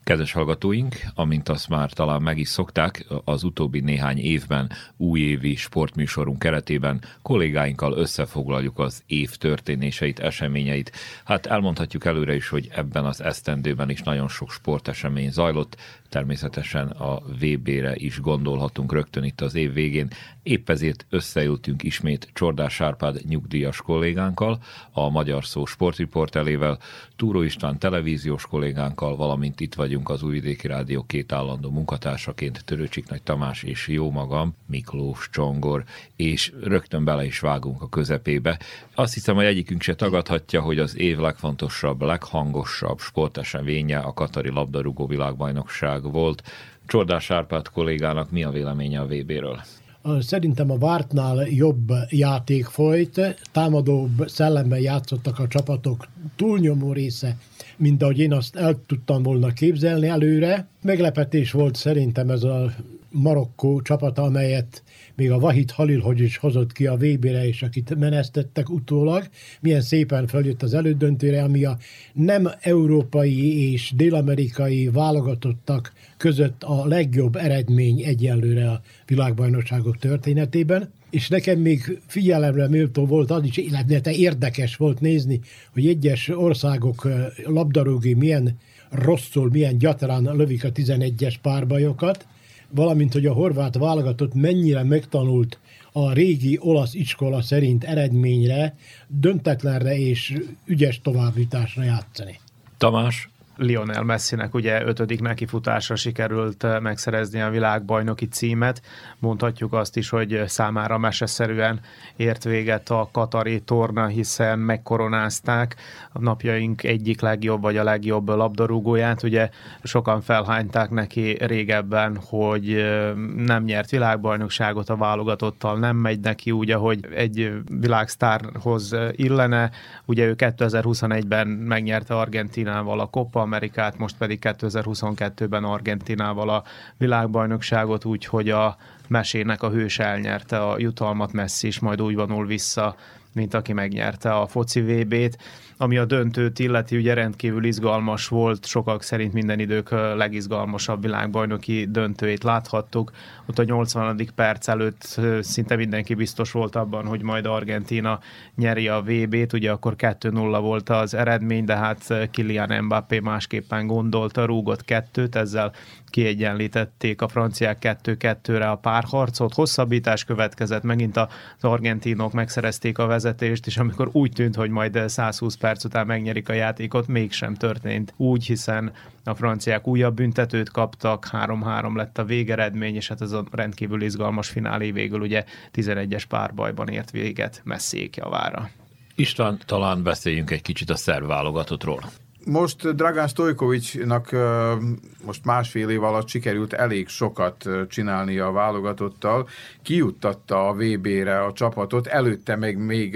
Kedves hallgatóink, amint azt már talán meg is szokták, az utóbbi néhány évben újévi sportműsorunk keretében kollégáinkkal összefoglaljuk az év történéseit, eseményeit. Hát elmondhatjuk előre is, hogy ebben az esztendőben is nagyon sok sportesemény zajlott, természetesen a VB-re is gondolhatunk rögtön itt az év végén. Épp ezért összejöttünk ismét Csordás Árpád nyugdíjas kollégánkkal, a Magyar Szó sportriportelével, Túró István televíziós kollégánkkal, valamint itt vagyunk az Újvidéki Rádió két állandó munkatársaként, Törőcsik Nagy Tamás és jó magam, Miklós Csongor, és rögtön bele is vágunk a közepébe. Azt hiszem, hogy egyikünk se tagadhatja, hogy az év legfontosabb, leghangosabb sporteseménye a katari labdarúgó világbajnokság volt. Csordás Árpád kollégának mi a véleménye a VB-ről? Szerintem a vártnál jobb játék folyt, támadóbb szellemben játszottak a csapatok túlnyomó része, mint ahogy én azt el tudtam volna képzelni előre. Meglepetés volt szerintem ez a Marokkó csapata, amelyet még a Vahid Halilhodj is hozott ki a VB-re, és akit menesztettek utólag. Milyen szépen följött az elődöntőre, ami a nem európai és dél-amerikai válogatottak között a legjobb eredmény egyenlőre a világbajnokságok történetében. És nekem még figyelemre méltó volt az is, illetve érdekes volt nézni, hogy egyes országok labdarúgói milyen rosszul, milyen gyatran lövik a 11-es párbajokat, valamint, hogy a horvát válogatott mennyire megtanult a régi olasz iskola szerint eredményre, döntetlenre és ügyes továbbjutásra játszani. Tamás? Lionel Messinek ugye 5. nekifutásra sikerült megszerezni a világbajnoki címet. Mondhatjuk azt is, hogy számára meseszerűen ért véget a katari torna, hiszen megkoronázták a napjaink egyik legjobb vagy a legjobb labdarúgóját. Ugye sokan felhányták neki régebben, hogy nem nyert világbajnokságot a válogatottal, nem megy neki úgy, ahogy egy világsztárhoz illene. Ugye ő 2021-ben megnyerte Argentínával a Copa Amerikát, most pedig 2022-ben Argentinával a világbajnokságot, úgyhogy a mesének a hős elnyerte a jutalmat, Messi is majd úgy vonul vissza, mint aki megnyerte a foci VB-t. Ami a döntőt illeti, ugye rendkívül izgalmas volt, sokak szerint minden idők legizgalmasabb világbajnoki döntőjét láthattuk. Ott a 80. perc előtt szinte mindenki biztos volt abban, hogy majd Argentína nyeri a VB-t, ugye akkor 2-0 volt az eredmény, de hát Kylian Mbappé másképpen gondolta, rúgott 2-t, ezzel kiegyenlítették a franciák 2-2-re a párharcot, hosszabbítás következett, megint az argentinok megszerezték a vezetést, és amikor úgy tűnt, hogy majd 120 perc után megnyerik a játékot, mégsem történt úgy, hiszen a franciák újabb büntetőt kaptak, 3-3 lett a végeredmény, és hát ez a rendkívül izgalmas finálé végül ugye 11-es párbajban ért véget Messiék javára. István, talán beszéljünk egy kicsit a szerb válogatottról. Most Dragan Stojkovićnak most másfél év alatt sikerült elég sokat csinálni a válogatottal. Kijuttatta a VB-re a csapatot, előtte meg még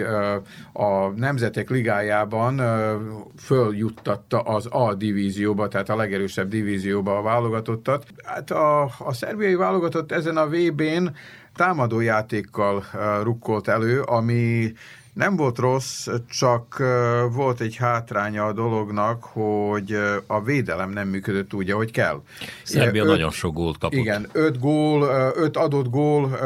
a Nemzetek Ligájában följuttatta az A divízióba, tehát a legerősebb divízióba a válogatottat. Hát a szerbiai válogatott ezen a VB-n támadójátékkal rukkolt elő, ami nem volt rossz, csak volt egy hátránya a dolognak, hogy a védelem nem működött úgy, ahogy kell. Szerbia nagyon sok gólt kapott. Igen, 5 adott gól,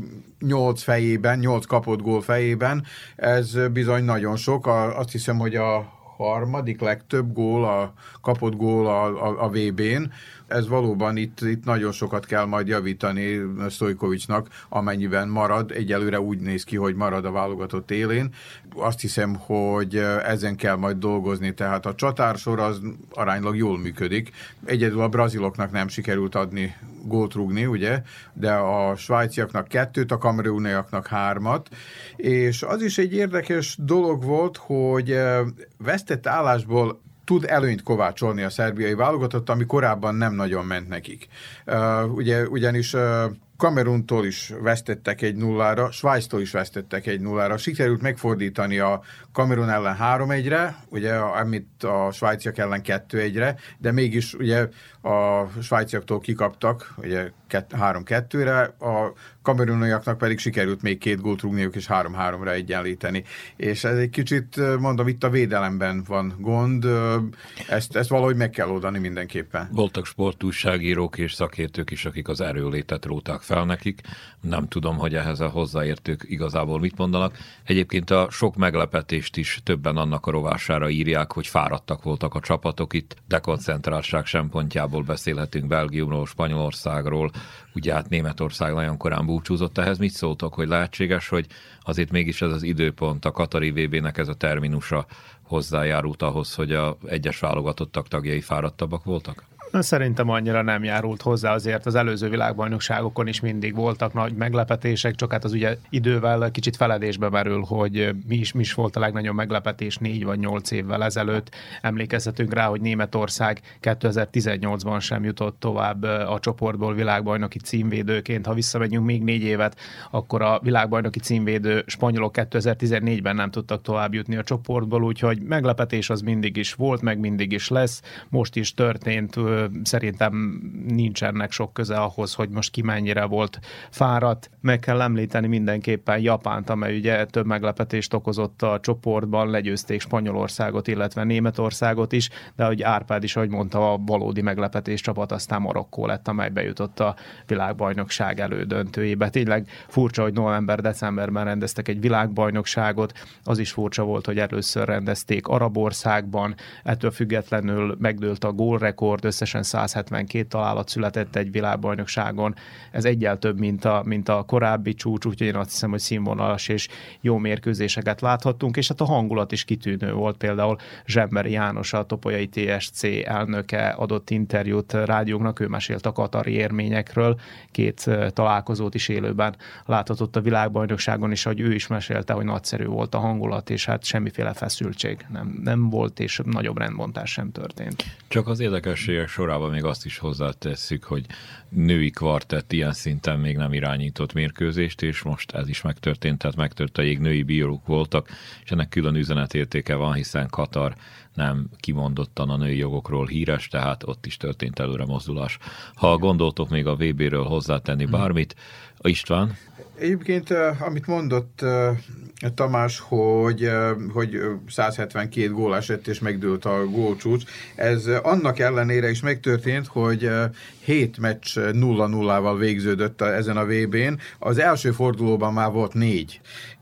8 fejében, 8 kapott gól fejében, ez bizony nagyon sok. Azt hiszem, hogy a harmadik legtöbb gól, kapott gól a VB-n. Ez valóban itt nagyon sokat kell majd javítani Stojkovićnak, amennyiben marad. Egyelőre úgy néz ki, hogy marad a válogatott élén. Azt hiszem, hogy ezen kell majd dolgozni, tehát a csatársor az aránylag jól működik. Egyedül a braziloknak nem sikerült adni gólt rúgni, ugye, de a svájciaknak 2, a kameruniaknak 3, és az is egy érdekes dolog volt, hogy vesztett állásból tud előnyt kovácsolni a szerbiai válogatott, ami korábban nem nagyon ment nekik. Ugyanis Kameruntól is vesztettek 1-0-ra, Svájctól is vesztettek 1-0-ra. Sikerült megfordítani a Kamerun ellen 3-1-re, ugye, amit a svájciak ellen 2-1-re, de mégis ugye a svájciaktól kikaptak, ugye 3-2-re, a kameruniaknak pedig sikerült még 2 gólt rúgniuk és 3-3-ra egyenlíteni. És ez egy kicsit, mondom, itt a védelemben van gond, ezt valahogy meg kell oldani mindenképpen. Voltak sportújságírók és szakértők is, akik az erőlétet róták fel nekik. Nem tudom, hogy ehhez a hozzáértők igazából mit mondanak. Egyébként a sok meglepetést is többen annak a rovására írják, hogy fáradtak voltak a csapatok itt, dekoncentráltság szempontjából beszélhetünk Belgiumról, Spanyolországról, ugye hát Németország nagyon korán búcsúzott. Ehhez mit szóltok, hogy lehetséges, hogy azért mégis ez az időpont, a Katari VB-nek ez a terminusa hozzájárult ahhoz, hogy a egyes válogatottak tagjai fáradtabbak voltak? Szerintem annyira nem járult hozzá, azért az előző világbajnokságokon is mindig voltak nagy meglepetések, csak hát az ugye idővel kicsit feledésbe merül, hogy mi is volt a legnagyobb meglepetés 4 vagy 8 évvel ezelőtt. Emlékezhetünk rá, hogy Németország 2018-ban sem jutott tovább a csoportból világbajnoki címvédőként. Ha visszamegyünk még 4 évet, akkor a világbajnoki címvédő spanyolok 2014-ben nem tudtak tovább jutni a csoportból, úgyhogy meglepetés az mindig is volt, meg mindig is lesz. Most is történt. Szerintem nincs ennek sok köze ahhoz, hogy most ki mennyire volt fáradt. Meg kell említeni mindenképpen Japánt, amely ugye több meglepetést okozott a csoportban, legyőzték Spanyolországot, illetve Németországot is, de ahogy Árpád is, ahogy mondta, a valódi meglepetés csapat aztán Marokkó lett, amely bejutott a világbajnokság elődöntőjébe. Tényleg furcsa, hogy november-decemberben rendeztek egy világbajnokságot, az is furcsa volt, hogy először rendezték Arabországban, ettől függetlenül megdőlt a gólrekord, összesen 172 találat született egy világbajnokságon. Ez egyel több, mint a korábbi csúcs, úgyhogy én azt hiszem, hogy színvonalas és jó mérkőzéseket láthattunk, és hát a hangulat is kitűnő volt. Például Zsemberi János, a Topolyai TSC elnöke adott interjút rádióknak, ő mesélt a katari élményekről, 2 találkozót is élőben láthatott a világbajnokságon, és ahogy ő is mesélte, hogy nagyszerű volt a hangulat, és hát semmiféle feszültség nem volt, és nagyobb rendbontás sem történt. Csak az érdekességek sorában még azt is hozzátesszük, hogy női kvartett ilyen szinten még nem irányított mérkőzést, és most ez is megtörtént, tehát megtört a jég, női bírók voltak, és ennek külön üzenetértéke van, hiszen Katar nem kimondottan a női jogokról híres, tehát ott is történt előre mozdulás. Ha gondoltok még a VB-ről hozzátenni bármit, István? Egyébként, amit mondott Tamás, hogy 172 gól esett és megdőlt a gólcsúcs, ez annak ellenére is megtörtént, hogy 7 meccs 0-0-val végződött ezen a VB-n. Az első fordulóban már volt 4.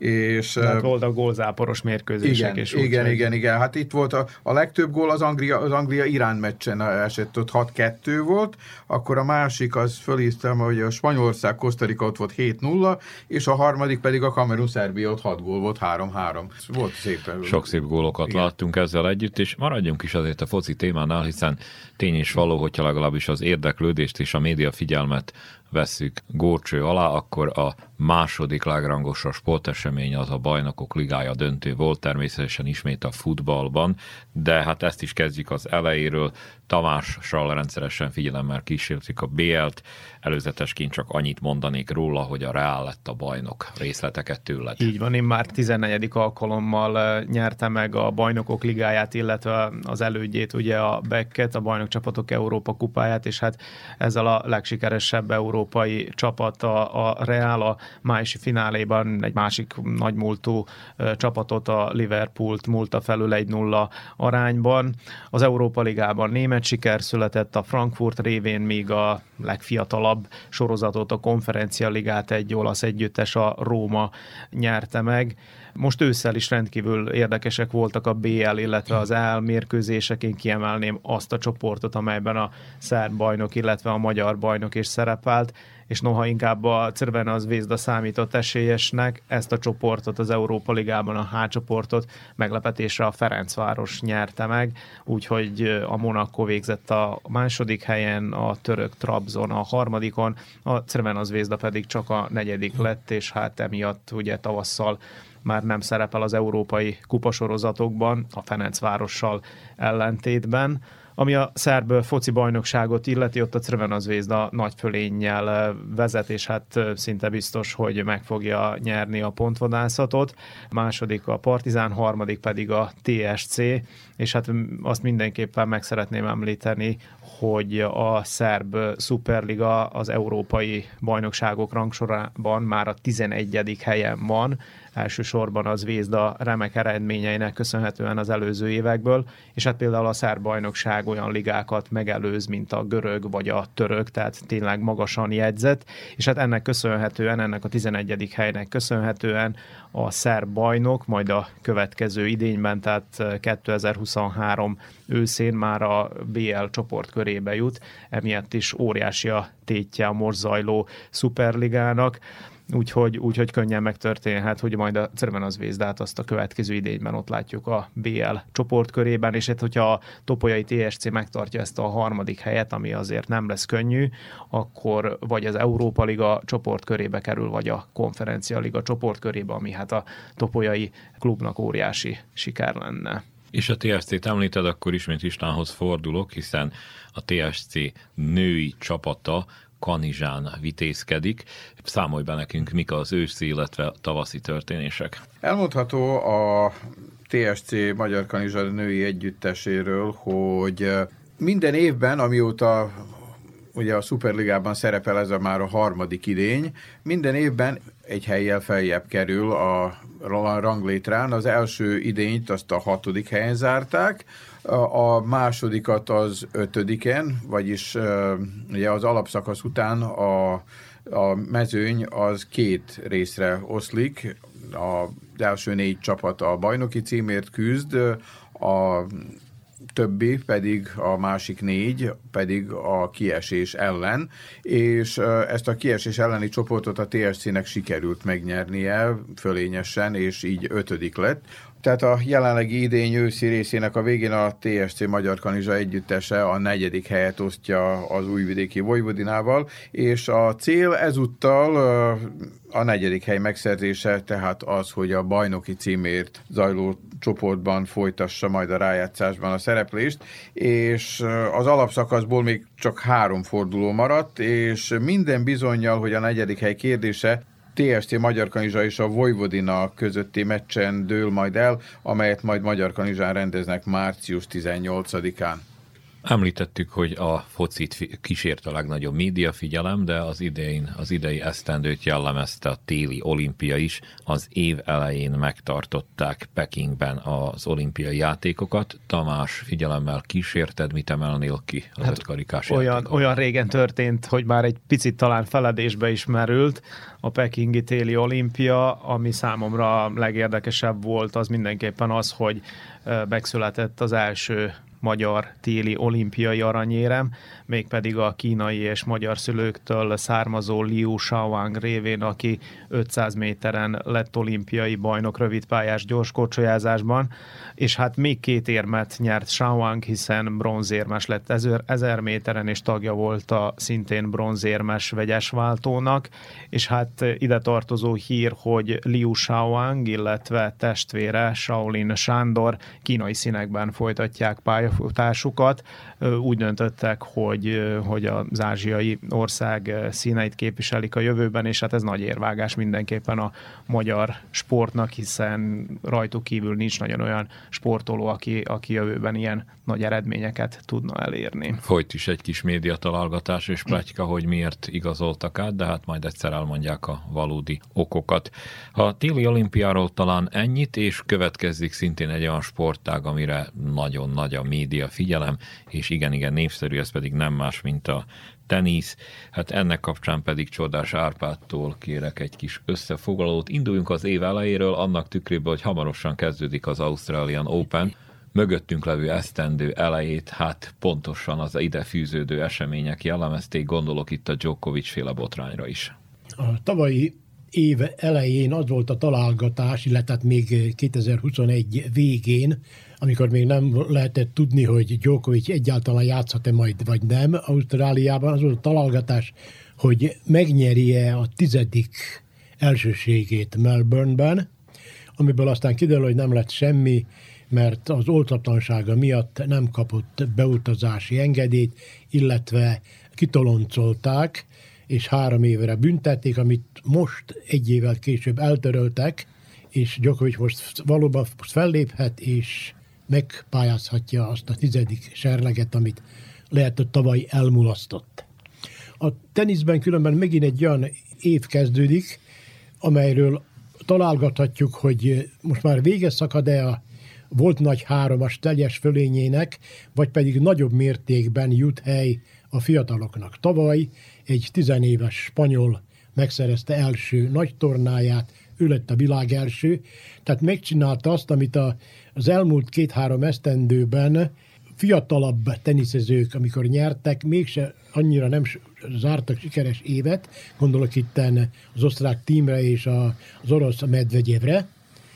És voltak gólzáporos mérkőzések. Igen. Hát itt volt a legtöbb gól az Anglia-Irán meccsen esett, ott 6-2 volt, akkor a másik, az fölírtam, hogy a Spanyolország-Koszta Rika ott volt 7-0, és a harmadik pedig a Kamerun-Szerbia, ott 6 gól volt, 3-3. Volt szépen. Sok szép gólokat láttunk ezzel együtt, és maradjunk is azért a foci témánál, hiszen tény is való, hogyha legalábbis az érdeklődést és a média figyelmet vesszük górcső alá, akkor a második legrangosabb sportesemény az a Bajnokok Ligája döntő volt, természetesen ismét a futballban, de hát ezt is kezdjük az elejéről. Tamással rendszeresen figyelemmel kísértük a BL-t, előzetesként csak annyit mondanék róla, hogy a Real lett a bajnok. Részleteket tőled. Így van, én már 14. alkalommal nyerte meg a Bajnokok Ligáját, illetve az elődjét, ugye a Becket, a Bajnokcsapatok Európa kupáját, és hát ezzel a legsikeresebb európai csapat a Real a májusi fináléban egy másik nagymúltú csapatot, a Liverpoolt múlta felül 1-0 arányban. Az Európa Ligában német siker született, a Frankfurt révén még a legfiatalabb sorozatot, a Konferencia Ligát egy olasz együttes, a Róma nyerte meg. Most ősszel is rendkívül érdekesek voltak a BL, illetve az EL mérkőzések. Én kiemelném azt a csoportot, amelyben a szerb bajnok, illetve a magyar bajnok is szerepelt, és noha inkább a Crvena Zvezda számított esélyesnek, ezt a csoportot, az Európa Ligában a H csoportot meglepetésre a Ferencváros nyerte meg, úgyhogy a Monaco végzett a második helyen, a török Trabzon a harmadikon, a Crvena Zvezda pedig csak a negyedik lett, és hát emiatt ugye tavasszal már nem szerepel az európai kupasorozatokban, a Ferencvárossal ellentétben. Ami a szerb foci bajnokságot illeti, ott a Crvena Zvezda nagy fölénnyel vezet, és hát szinte biztos, hogy meg fogja nyerni a pontvadászatot. Második a Partizán, harmadik pedig a TSC, és hát azt mindenképpen meg szeretném említeni, hogy a szerb szuperliga az európai bajnokságok rangsorában már a 11. helyen van, elsősorban az Zvezda remek eredményeinek köszönhetően az előző évekből, és hát például a szerb bajnokság olyan ligákat megelőz, mint a görög vagy a török, tehát tényleg magasan jegyzett, és hát ennek köszönhetően, ennek a 11. helynek köszönhetően a szerb bajnok majd a következő idényben, tehát 2023 őszén már a BL csoportkörébe jut, emiatt is óriási a tétje a most zajló szuperligának, úgyhogy könnyen megtörténhet, hogy majd a Crvena Zvezdát azt a következő idényben ott látjuk a BL csoportkörében, és hát hogyha a Topolyai TSC megtartja ezt a harmadik helyet, ami azért nem lesz könnyű, akkor vagy az Európa Liga csoportkörébe kerül, vagy a Konferencia Liga csoportkörébe, ami hát a Topolyai klubnak óriási siker lenne. És a TSC-t említed, akkor ismét Istvánhoz fordulok, hiszen a TSC női csapata Kanizsán vitézkedik. Számolj be nekünk, mik az őszi, illetve tavaszi történések. Elmondható a TSC Magyar Kanizsa női együtteséről, hogy minden évben, amióta ugye a Szuperligában szerepel, ez már a harmadik idény, minden évben egy hellyel feljebb kerül a ranglétrán. Az első idényt azt a 6. helyen zárták, a másodikat az 5., vagyis ugye az alapszakasz után a mezőny az 2 részre oszlik, az első 4 csapat a bajnoki címért küzd, a többi pedig, a másik 4 pedig a kiesés ellen, és ezt a kiesés elleni csoportot a TSC-nek sikerült megnyernie fölényesen, és így 5. lett. Tehát a jelenlegi idény őszi részének a végén a TSC Magyar Kanizsa együttese a 4. helyet osztja az Újvidéki Vojvodinával, és a cél ezúttal a 4. hely megszerzése, tehát az, hogy a bajnoki címért zajló csoportban folytassa majd a rájátszásban a szereplést, és az alapszakaszból még csak 3 forduló maradt, és minden bizonnyal, hogy a 4. hely kérdése TSC Magyar Kanizsa és a Vojvodina közötti meccsen dől majd el, amelyet majd Magyar Kanizsán rendeznek március 18-án. Említettük, hogy a focit kísért a legnagyobb médiafigyelem, de az idei esztendőt jellemezte a téli olimpia is. Az év elején megtartották Pekingben az olimpiai játékokat. Tamás, figyelemmel kísérted, mit emelnél ki az 5 karikás olyan régen történt, hogy már egy picit talán feledésbe is merült a pekingi téli olimpia, ami számomra legérdekesebb volt, az mindenképpen az, hogy megszületett az első magyar téli olimpiai aranyérem, mégpedig a kínai és magyar szülőktől származó Liu Shaoang révén, aki 500 méteren lett olimpiai bajnok rövidpályás gyorskorcsolyázásban, és hát még 2 érmet nyert Shaoang, hiszen bronzérmes lett 1000 méteren, és tagja volt a szintén bronzérmes vegyesváltónak, és hát ide tartozó hír, hogy Liu Shaoang, illetve testvére Shaolin Sándor kínai színekben folytatják pályafutásukat. Úgy döntöttek, hogy az ázsiai ország színeit képviselik a jövőben, és hát ez nagy érvágás mindenképpen a magyar sportnak, hiszen rajtuk kívül nincs nagyon olyan sportoló, aki jövőben ilyen nagy eredményeket tudna elérni. Folyt is egy kis médiatalálgatás és pletyka, hogy miért igazoltak át, de hát majd egyszer elmondják a valódi okokat. A téli olimpiáról talán ennyit, és következik szintén egy olyan sportág, amire nagyon nagy a média figyelem, és igen népszerű, ez pedig nem más, mint a tenisz. Hát ennek kapcsán pedig Csordás Árpádtól kérek egy kis összefoglalót. Induljunk az év elejéről, annak tükrében, hogy hamarosan kezdődik az Australian Open. Mögöttünk levő esztendő elejét, hát pontosan az ide fűződő események jellemezték, gondolok itt a Djokovic-féle botrányra is. A tavalyi év elején az volt a találgatás, illetve még 2021 végén, amikor még nem lehetett tudni, hogy Djokovic egyáltalán játszhat-e majd, vagy nem Ausztráliában, az volt a találgatás, hogy megnyeri-e a 10. elsőségét Melbourneben, amiből aztán kiderül, hogy nem lett semmi, mert az oltatlansága miatt nem kapott beutazási engedélyt, illetve kitoloncolták, és 3 évre büntették, amit most 1 évvel később eltöröltek, és Djokovic most valóban felléphet, és megpályázhatja azt a 10. serleget, amit lehet, hogy tavaly elmulasztott. A teniszben különben megint egy olyan év kezdődik, amelyről találgathatjuk, hogy most már vége szakad-e a volt nagy 3-as teljes fölényének, vagy pedig nagyobb mértékben jut hely a fiataloknak. Tavaly egy 10 éves spanyol megszerezte első nagy tornáját, ő lett a világ első, tehát megcsinálta azt, amit az elmúlt 2-3 esztendőben fiatalabb teniszezők, amikor nyertek, mégse annyira nem zártak sikeres évet, gondolok itten az osztrák Thímre és az orosz Medvegyevre.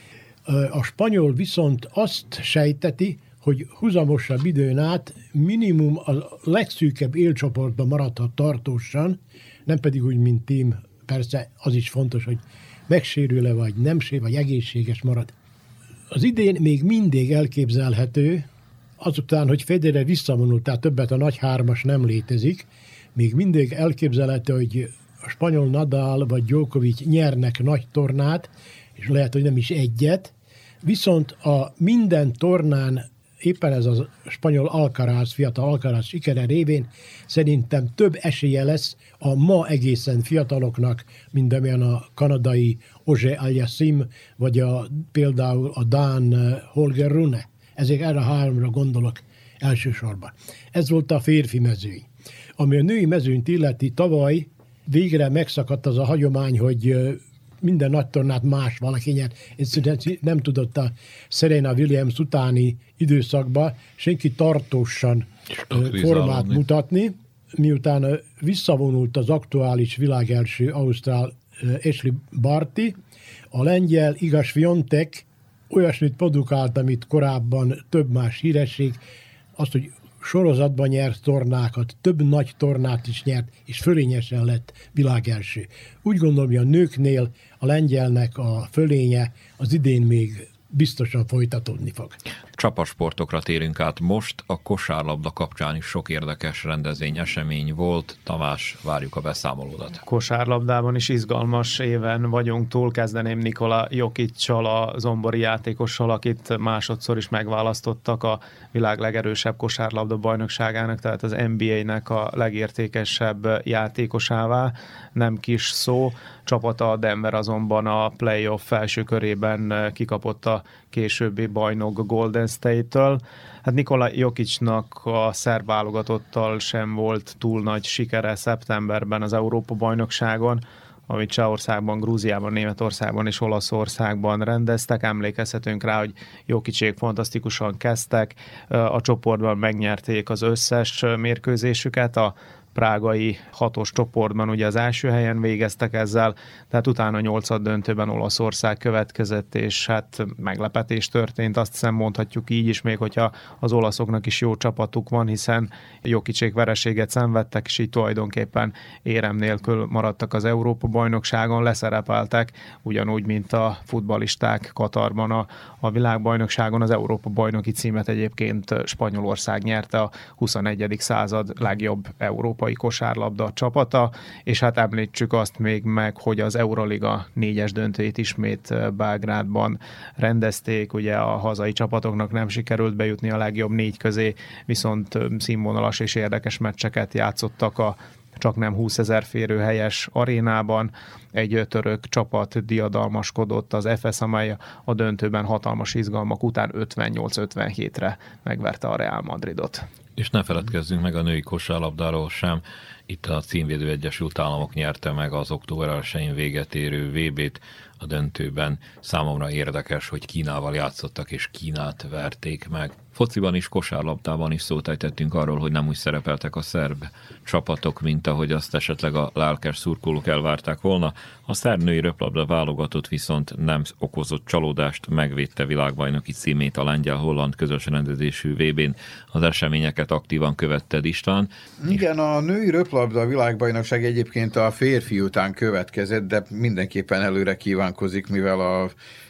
A spanyol viszont azt sejteti, hogy huzamosabb időn át minimum a legszűkebb élcsoportban maradhat tartósan, nem pedig úgy, mint Thiem. Persze az is fontos, hogy megsérül-e, vagy nem sérül, vagy egészséges marad. Az idén még mindig elképzelhető, azután, hogy Federer visszavonult, tehát többet a nagy 3-as nem létezik, még mindig elképzelhető, hogy a spanyol Nadal vagy Djokovic nyernek nagy tornát, és lehet, hogy nem is egyet, viszont a minden tornán éppen ez a spanyol Alcaraz, fiatal Alcaraz sikere révén szerintem több esélye lesz a ma egészen fiataloknak, mint amilyen a kanadai Auger Aliassime, vagy például a dán Holger Rune. Ezért erre a 3-ra gondolok elsősorban. Ez volt a férfi mezőny. Ami a női mezőnyt illeti, tavaly végre megszakadt az a hagyomány, hogy minden nagy tornát más valaki nyer. Egyszerűen nem tudott a Serena Williams utáni időszakban senki tartósan formát mutatni. Miután visszavonult az aktuális világelső ausztrál Ashley Barty, a lengyel Iga Swiatek olyasmit produkált, amit korábban több más híresség, azt, hogy sorozatban nyert tornákat, több nagy tornát is nyert, és fölényesen lett világelső. Úgy gondolom, hogy a nőknél a lengyelnek a fölénye az idén még biztosan folytatódni fog. Csapasportokra térünk át most, a kosárlabda kapcsán is sok érdekes rendezvény, esemény volt. Tamás, várjuk a beszámolódat. Kosárlabdában is izgalmas éven vagyunk túl, kezdeném Nikola Jokic-sal, a zombori játékossal, akit másodszor is megválasztottak a világ legerősebb kosárlabda bajnokságának, tehát az NBA-nek a legértékesebb játékosává, nem kis szó. Csapata, a Denver azonban a playoff felső körében kikapott a későbbi bajnok Golden State-től. Hát Nikola Jokicnak a szerb válogatottal sem volt túl nagy sikere szeptemberben az Európa-bajnokságon, amit Csehországban, Grúziában, Németországban és Olaszországban rendeztek. Emlékezhetünk rá, hogy Jokicék fantasztikusan kezdtek, a csoportban megnyerték az összes mérkőzésüket, a prágai 6-os csoportban ugye az első helyen végeztek ezzel, tehát utána 8. döntőben Olaszország következett, és hát meglepetés történt, azt hiszem mondhatjuk így is, még hogyha az olaszoknak is jó csapatuk van, hiszen Jokicék vereséget szenvedtek, és így tulajdonképpen érem nélkül maradtak az Európa-bajnokságon, leszerepeltek, ugyanúgy, mint a futballisták Katarban a világbajnokságon. Az Európa-bajnoki címet egyébként Spanyolország nyerte, a 21. század legjobb európai kosárlabda csapata, és hát említsük azt még meg, hogy az Euroliga 4-es döntőjét ismét Belgrádban rendezték, ugye a hazai csapatoknak nem sikerült bejutni a legjobb 4 közé, viszont színvonalas és érdekes meccseket játszottak a csak nem 20 000 férőhelyes arénában. Egy török csapat diadalmaskodott, az Efes, amely a döntőben hatalmas izgalmak után 58-57-re megverte a Real Madridot. És ne feledkezzünk meg a női kosárlabdáról sem. Itt a címvédő Egyesült Államok nyerte meg az október 1-én véget érő VB-t a döntőben. Számomra érdekes, hogy Kínával játszottak, és Kínát verték meg. Fociban is, kosárlabdában is szót ejtettünk arról, hogy nem úgy szerepeltek a szerb csapatok, mint ahogy azt esetleg a lelkes szurkolók elvárták volna. A szerb női röplabda válogatott viszont nem okozott csalódást, megvédte világbajnoki címét a lengyel-holland közös rendezésű VB-n. Az eseményeket aktívan követted, István. Igen, a női röplabda világbajnokság egyébként a férfi után következett, de mindenképpen előre kívánkozik, mivel a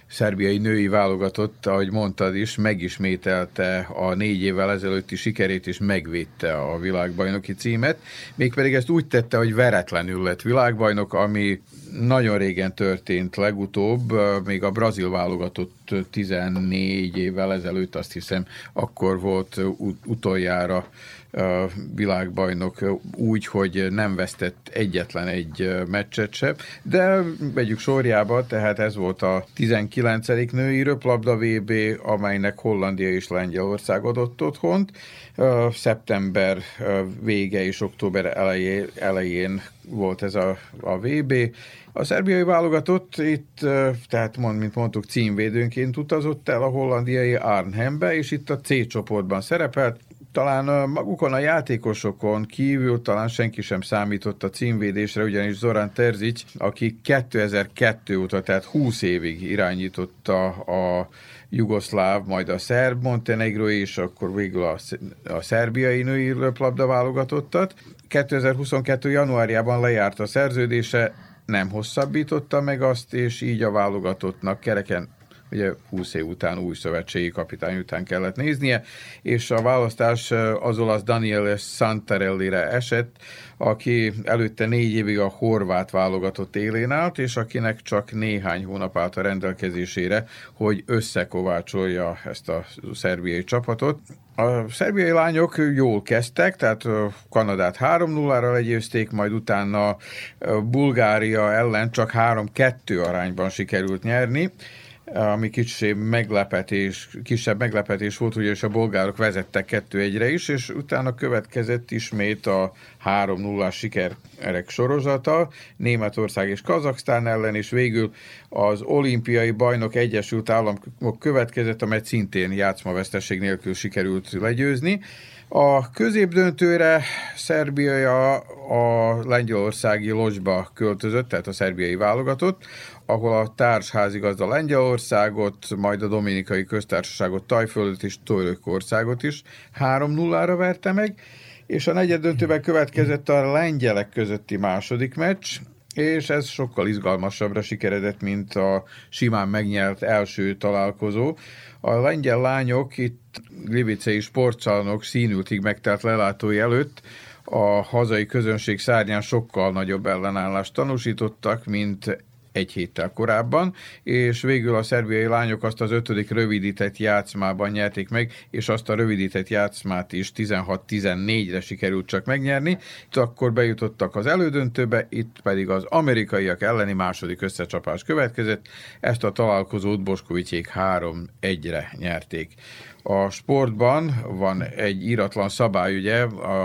szerbiai női válogatott, ahogy mondtad is, megismételte a 4 évvel ezelőtti sikerét, és megvédte a világbajnoki címet. Mégpedig ezt úgy tette, hogy veretlenül lett világbajnok, ami nagyon régen történt legutóbb, még a brazil válogatott 14 évvel ezelőtt, azt hiszem, akkor volt utoljára világbajnok úgy, hogy nem vesztett egyetlen egy meccset sem, de vegyük sorjába, tehát ez volt a 19. női röplabda VB, amelynek Hollandia és Lengyelország adott otthont. Szeptember vége és október elején volt ez a VB. A szerbiai válogatott itt, tehát mint mondtuk, címvédőnként utazott el a hollandiai Arnhembe, és itt a C csoportban szerepelt. Talán magukon a játékosokon kívül talán senki sem számított a címvédésre, ugyanis Zoran Terzic, aki 2002 óta, tehát 20 évig irányította a jugoszláv, majd a szerb Montenegro, és akkor végül a szerbiai női röplabda válogatottat. 2022. januárjában lejárt a szerződése, nem hosszabbította meg azt, és így a válogatottnak kereken, ugye 20 év után új szövetségi kapitány után kellett néznie, és a választás az olasz Daniele Santarellire esett, aki előtte 4 évig a horvát válogatott élén állt, és akinek csak néhány hónap állt a rendelkezésére, hogy összekovácsolja ezt a szerbiai csapatot. A szerbiai lányok jól kezdtek, tehát Kanadát 3-0-ra legyőzték, majd utána Bulgária ellen csak 3-2 arányban sikerült nyerni, ami kisebb meglepetés volt, ugyanis a bolgárok vezettek 2-1-re is, és utána következett ismét a 3-0-ás sikerek sorozata, Németország és Kazaksztán ellen, és végül az olimpiai bajnok Egyesült Államok következett, amely szintén játszmavesztesség nélkül sikerült legyőzni. A középdöntőre Szerbia a lengyelországi Losba költözött, tehát a szerbiai válogatott, ahol a társházigazda Lengyelországot, majd a Dominikai Köztársaságot, Tajföldet és Törökországot is 3-0-ra verte meg, és a negyeddöntőben következett a lengyelek közötti második meccs, és ez sokkal izgalmasabbra sikeredett, mint a simán megnyert első találkozó. A lengyel lányok itt glivicei sportszalonok színültig megtelt lelátói előtt a hazai közönség szárnyán sokkal nagyobb ellenállást tanúsítottak, mint egy héttel korábban, és végül a szerbiai lányok azt az 5. rövidített játszmában nyerték meg, és azt a rövidített játszmát is 16-14-re sikerült csak megnyerni. Itt akkor bejutottak az elődöntőbe, itt pedig az amerikaiak elleni második összecsapás következett. Ezt a találkozót Boškovićék 3-1-re nyerték. A sportban van egy íratlan szabály, ugye,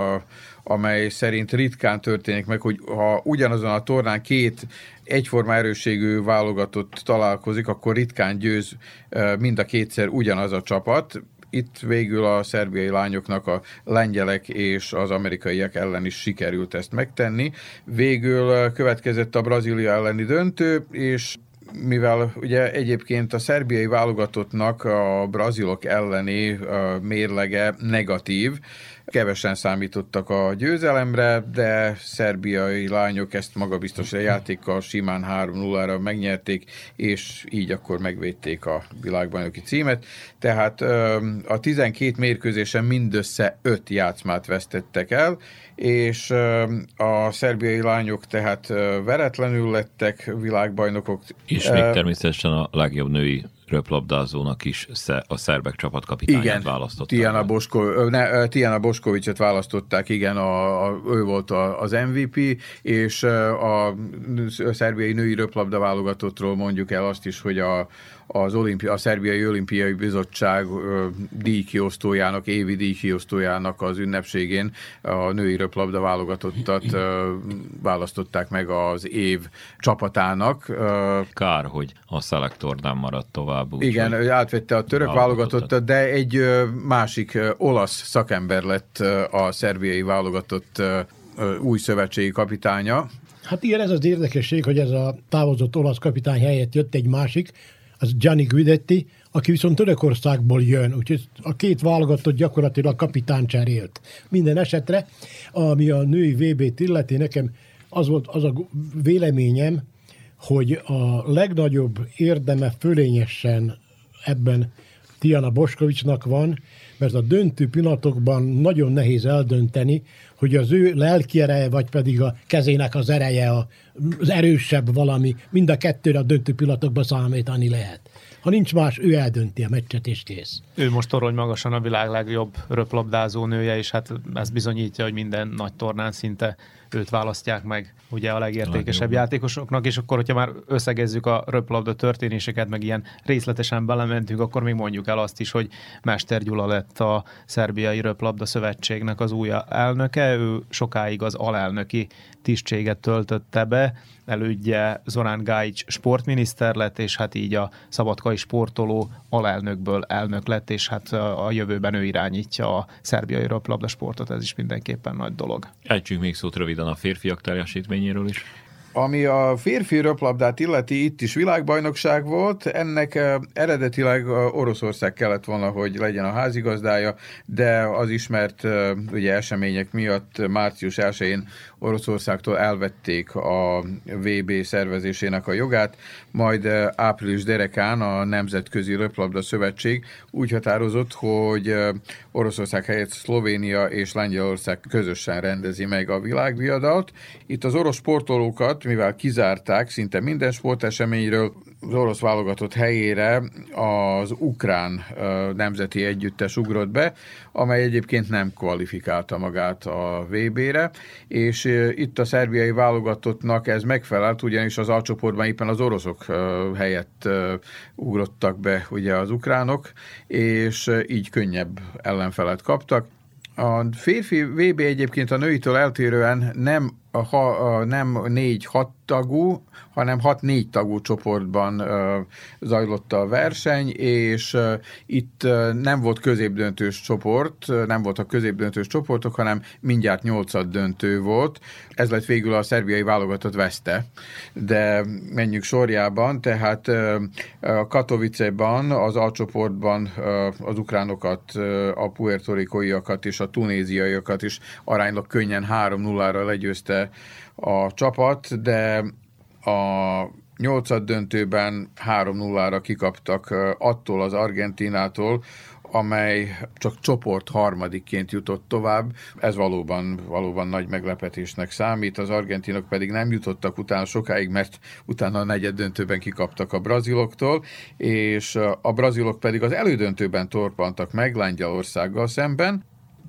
amely szerint ritkán történik meg, hogy ha ugyanazon a tornán két egyforma erősségű válogatott találkozik, akkor ritkán győz mind a kétszer ugyanaz a csapat. Itt végül a szerbiai lányoknak a lengyelek és az amerikaiak ellen is sikerült ezt megtenni. Végül következett a Brazília elleni döntő, és mivel ugye egyébként a szerbiai válogatottnak a brazilok elleni mérlege negatív, kevesen számítottak a győzelemre, de szerbiai lányok ezt magabiztos játékkal simán 3-0-ra megnyerték, és így akkor megvédték a világbajnoki címet. Tehát a 12 mérkőzésen mindössze 5 játszmát vesztettek el, és a szerbiai lányok tehát veretlenül lettek világbajnokok. És még természetesen a legjobb női röplabdázónak is a szerbek csapatkapitányát választották. Tijana Boškovićot választották, igen, ő volt az MVP, és a szerbiai női röplabda válogatottról mondjuk el azt is, hogy a Szerbiai Olimpiai Bizottság díjkiosztójának, évi díjkiosztójának az ünnepségén a női röplabda válogatottat választották meg az év csapatának. Kár, hogy a szelektornán maradt tovább. Igen, átvette a török válogatottat, de egy másik olasz szakember lett a szerbiai válogatott új szövetségi kapitánya. Hát igen, ez az érdekesség, hogy ez a távozott olasz kapitány helyett jött egy másik, az Gianni Guidetti, aki viszont Törökországból jön, úgyhogy a két válogatott gyakorlatilag kapitány cserélt. Minden esetre, ami a női VB-t illeti, nekem az volt az a véleményem, hogy a legnagyobb érdeme fölényesen ebben Tijana Boškovićnak van, mert a döntő pillanatokban nagyon nehéz eldönteni, hogy az ő lelki ereje, vagy pedig a kezének az ereje, az erősebb valami, mind a kettőre a döntő pillanatokban számítani lehet. Ha nincs más, ő eldönti a meccset, és kész. Ő most torony magasan a világ legjobb röplabdázó nője, és hát ez bizonyítja, hogy minden nagy tornán szinte őt választják meg ugye a legértékesebb játékosoknak, és akkor, hogyha már összegezzük a röplabda történéseket, meg ilyen részletesen belementünk, akkor még mondjuk el azt is, hogy Mester Gyula lett a Szerbiai Röplabda Szövetségnek az új elnöke, ő sokáig az alelnöki tisztséget töltötte be, elődje Zoran Gajic sportminiszter lett, és hát így a szabadkai sportoló alelnökből elnök lett, és hát a jövőben ő irányítja a szerbiai röplabda sportot, ez is mindenképpen nagy dolog. Ejtsünk még szót röviden a férfiak teljesítményéről is. Ami a férfi röplabdát illeti, itt is világbajnokság volt, ennek eredetileg Oroszország kellett volna, hogy legyen a házigazdája, de az ismert ugye események miatt március 1-én Oroszországtól elvették a VB szervezésének a jogát, majd április derekán a Nemzetközi Röplabda Szövetség úgy határozott, hogy Oroszország helyett Szlovénia és Lengyelország közösen rendezi meg a világviadalt. Itt az orosz sportolókat, mivel kizárták szinte minden sporteseményről, az orosz válogatott helyére az ukrán nemzeti együttes ugrott be, amely egyébként nem kvalifikálta magát a VB-re, és itt a szerbiai válogatottnak ez megfelelt, ugyanis az A-csoportban éppen az oroszok helyett ugrottak be ugye az ukránok, és így könnyebb ellenfelet kaptak. A férfi VB egyébként a nőitől eltérően nem 4-6 tagú, hanem 6-4 tagú csoportban zajlott a verseny, és itt nem volt középdöntős csoport, nem voltak középdöntős csoportok, hanem mindjárt 8 döntő volt. Ez lett végül a szerbiai válogatott veszte, de menjünk sorjában, tehát Katowice-ban, az A csoportban az ukránokat, a puertorikóiakat és a tunéziaiakat is aránylag könnyen 3-0-ra legyőzte a csapat, de a 8. döntőben 3-0-ra kikaptak attól az Argentínától, amely csak csoport harmadikként jutott tovább. Ez valóban nagy meglepetésnek számít, az argentinok pedig nem jutottak utána sokáig, mert utána a 4. döntőben kikaptak a braziloktól, és a brazilok pedig az elődöntőben torpantak meg Lengyelországgal szemben,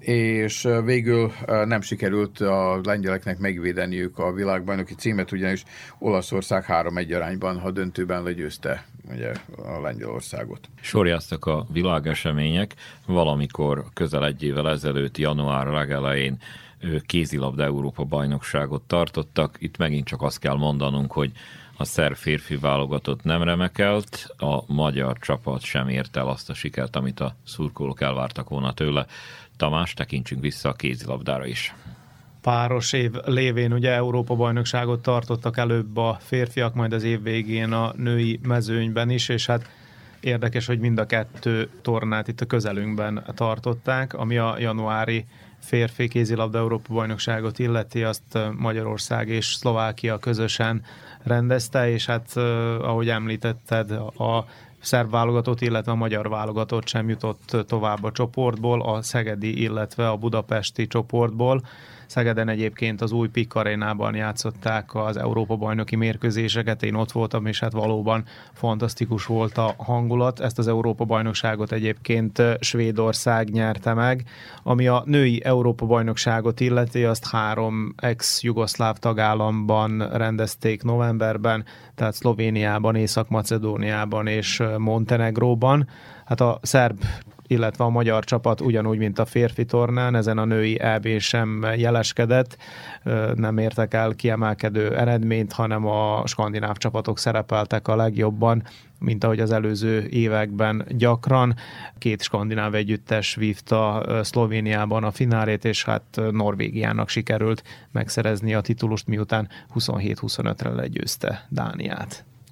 és végül nem sikerült a lengyeleknek megvédeniük a világbajnoki címet, ugyanis Olaszország 3-1 arányban a döntőben legyőzte ugye, a Lengyelországot. Sorjáztak a világesemények, valamikor közel egy évvel ezelőtt, január legelején kézilabda Európa bajnokságot tartottak. Itt megint csak azt kell mondanunk, hogy a szerb férfi válogatott nem remekelt, a magyar csapat sem ért el azt a sikert, amit a szurkolók elvártak volna tőle. Tamás, tekintsünk vissza a kézilabdára is. Páros év lévén ugye Európa-bajnokságot tartottak előbb a férfiak, majd az év végén a női mezőnyben is, és hát érdekes, hogy mind a kettő tornát itt a közelünkben tartották, ami a januári férfi kézilabda Európa-bajnokságot illeti, azt Magyarország és Szlovákia közösen rendezte, és hát ahogy említetted, a szerb válogatott, illetve a magyar válogatott sem jutott tovább a csoportból, a szegedi, illetve a budapesti csoportból. Szegeden egyébként az új PIK arénában játszották az Európa-bajnoki mérkőzéseket, én ott voltam, és hát valóban fantasztikus volt a hangulat. Ezt az Európa-bajnokságot egyébként Svédország nyerte meg, ami a női Európa-bajnokságot illeti, azt 3 ex-jugoszláv tagállamban rendezték novemberben, tehát Szlovéniában, Észak-Macedóniában és Montenegróban. Hát a szerb illetve a magyar csapat ugyanúgy, mint a férfi tornán, ezen a női EB sem jeleskedett, nem értek el kiemelkedő eredményt, hanem a skandináv csapatok szerepeltek a legjobban, mint ahogy az előző években gyakran. 2 skandináv együttes vívta Szlovéniában a finálét, és hát Norvégiának sikerült megszerezni a titulust, miután 27-25-re legyőzte Dániát.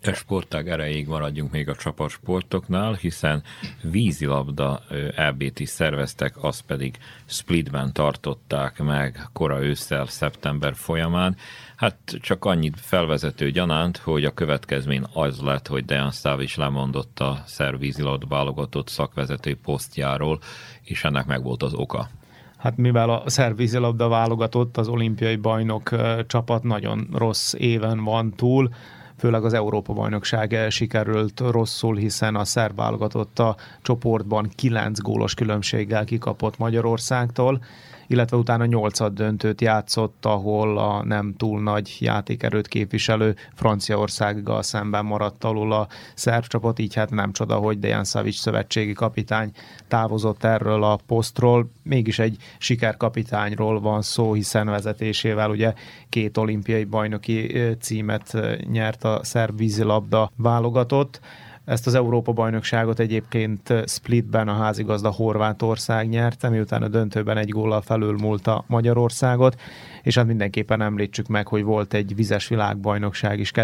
A sportág erejéig maradjunk még a csapatsportoknál, hiszen vízilabda EB-t is szerveztek, azt pedig Splitben tartották meg kora ősszel, szeptember folyamán. Hát csak annyit felvezető gyanánt, hogy a következmény az lett, hogy Dejan Savic lemondott a szerb vízilabda válogatott szakvezető posztjáról, és ennek meg volt az oka. Hát mivel a szerb vízilabda válogatott, az olimpiai bajnok csapat nagyon rossz éven van túl, főleg az Európa-bajnokság sikerült rosszul, hiszen a szerb válogatott a csoportban 9 gólos különbséggel kikapott Magyarországtól, illetve utána 8 döntőt játszott, ahol a nem túl nagy játékerőt képviselő Franciaországgal szemben maradt alul a szerb csapat, így hát nem csoda, hogy Dejan Savic szövetségi kapitány távozott erről a posztról. Mégis egy sikerkapitányról van szó, hiszen vezetésével ugye 2 olimpiai bajnoki címet nyert a szerb vízilabda válogatott. Ezt az Európa-bajnokságot egyébként Splitben a házigazda Horvátország nyerte, miután a döntőben 1 góllal felülmúlta Magyarországot, és hát mindenképpen említsük meg, hogy volt egy vizes világbajnokság is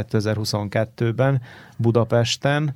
2022-ben Budapesten,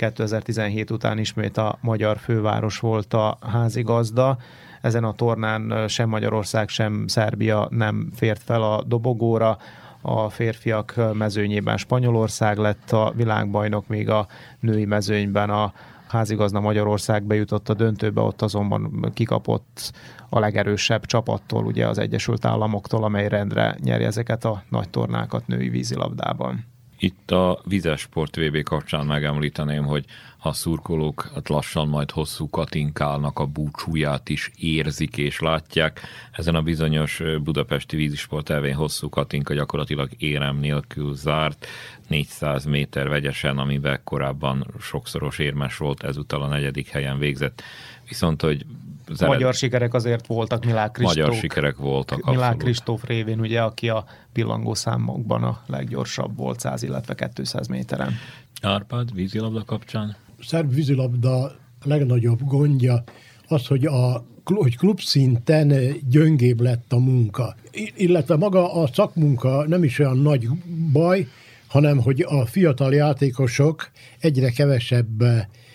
2017 után ismét a magyar főváros volt a házigazda. Ezen a tornán sem Magyarország, sem Szerbia nem fért fel a dobogóra. A férfiak mezőnyében Spanyolország lett a világbajnok, még a női mezőnyben a házigazda Magyarország bejutott a döntőbe, ott azonban kikapott a legerősebb csapattól, ugye az Egyesült Államoktól, amely rendre nyeri ezeket a nagy tornákat női vízilabdában. Itt a Vizesport VB kapcsán megemlíteném, hogy a szurkolók lassan majd hosszú Katinkálnak a búcsúját is érzik és látják. Ezen a bizonyos budapesti vízisport elvén hosszú Katinka gyakorlatilag érem nélkül zárt, 400 méter vegyesen, amiben korábban sokszoros érmes volt, ezúttal a 4. helyen végzett. Viszont, hogy magyar sikerek azért voltak, Magyar sikerek voltak, Milák Kristóf révén, ugye, aki a pillangó számokban a leggyorsabb volt 100, illetve 200 méteren. Árpád, vízilabda kapcsán? Szerb vízilabda legnagyobb gondja az, hogy hogy klubszinten gyöngébb lett a munka. Illetve maga a szakmunka nem is olyan nagy baj, hanem hogy a fiatal játékosok egyre kevesebb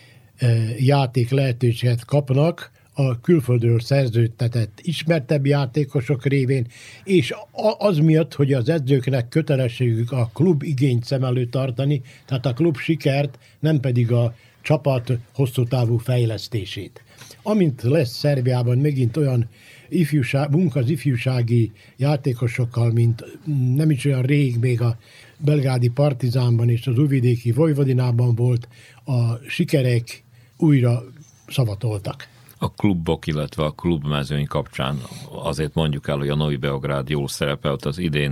játék lehetőséget kapnak a külföldről szerződtetett ismertebb játékosok révén, és az miatt, hogy az edzőknek kötelességük a klub igényt szem előtt tartani, tehát a klub sikert, nem pedig a csapat hosszú távú fejlesztését. Amint lesz Szerbiában megint olyan munka az ifjúsági játékosokkal, mint nem is olyan rég még a belgrádi Partizánban és az újvidéki Vojvodinában volt, a sikerek újra szavatoltak. A klubok, illetve a klubmezőny kapcsán azért mondjuk el, hogy a Novi Beográd jól szerepelt az idén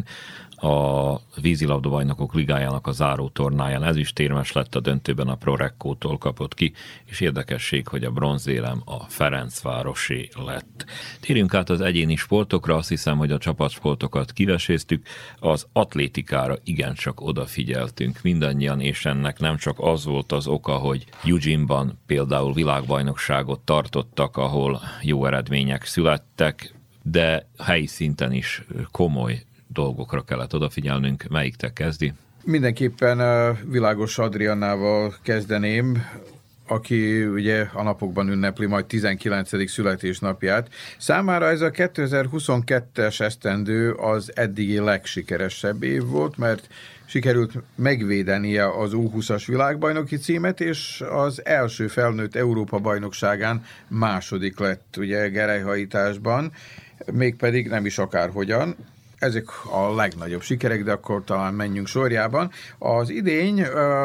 a vízilabda bajnokok ligájának a záró tornáján. Ezüstérmes lett a döntőben, a Prorekkótól kapott ki, és érdekesség, hogy a bronzérem a Ferencvárosé lett. Térjünk át az egyéni sportokra, azt hiszem, hogy a csapatsportokat kiveséztük, az atlétikára igencsak odafigyeltünk mindannyian, és ennek nem csak az volt az oka, hogy Eugene-ban például világbajnokságot tartottak, ahol jó eredmények születtek, de helyi szinten is komoly dolgokra kellett odafigyelnünk. Melyik te kezdi? Mindenképpen Világos Adriannával kezdeném, aki ugye a napokban ünnepli majd 19. születésnapját. Számára ez a 2022-es esztendő az eddigi legsikeresebb év volt, mert sikerült megvédenie az U20-as világbajnoki címet, és az első felnőtt Európa-bajnokságán második lett ugye gerelyhajításban, mégpedig nem is akárhogyan. Ezek a legnagyobb sikerek, de akkor talán menjünk sorjában. Az idény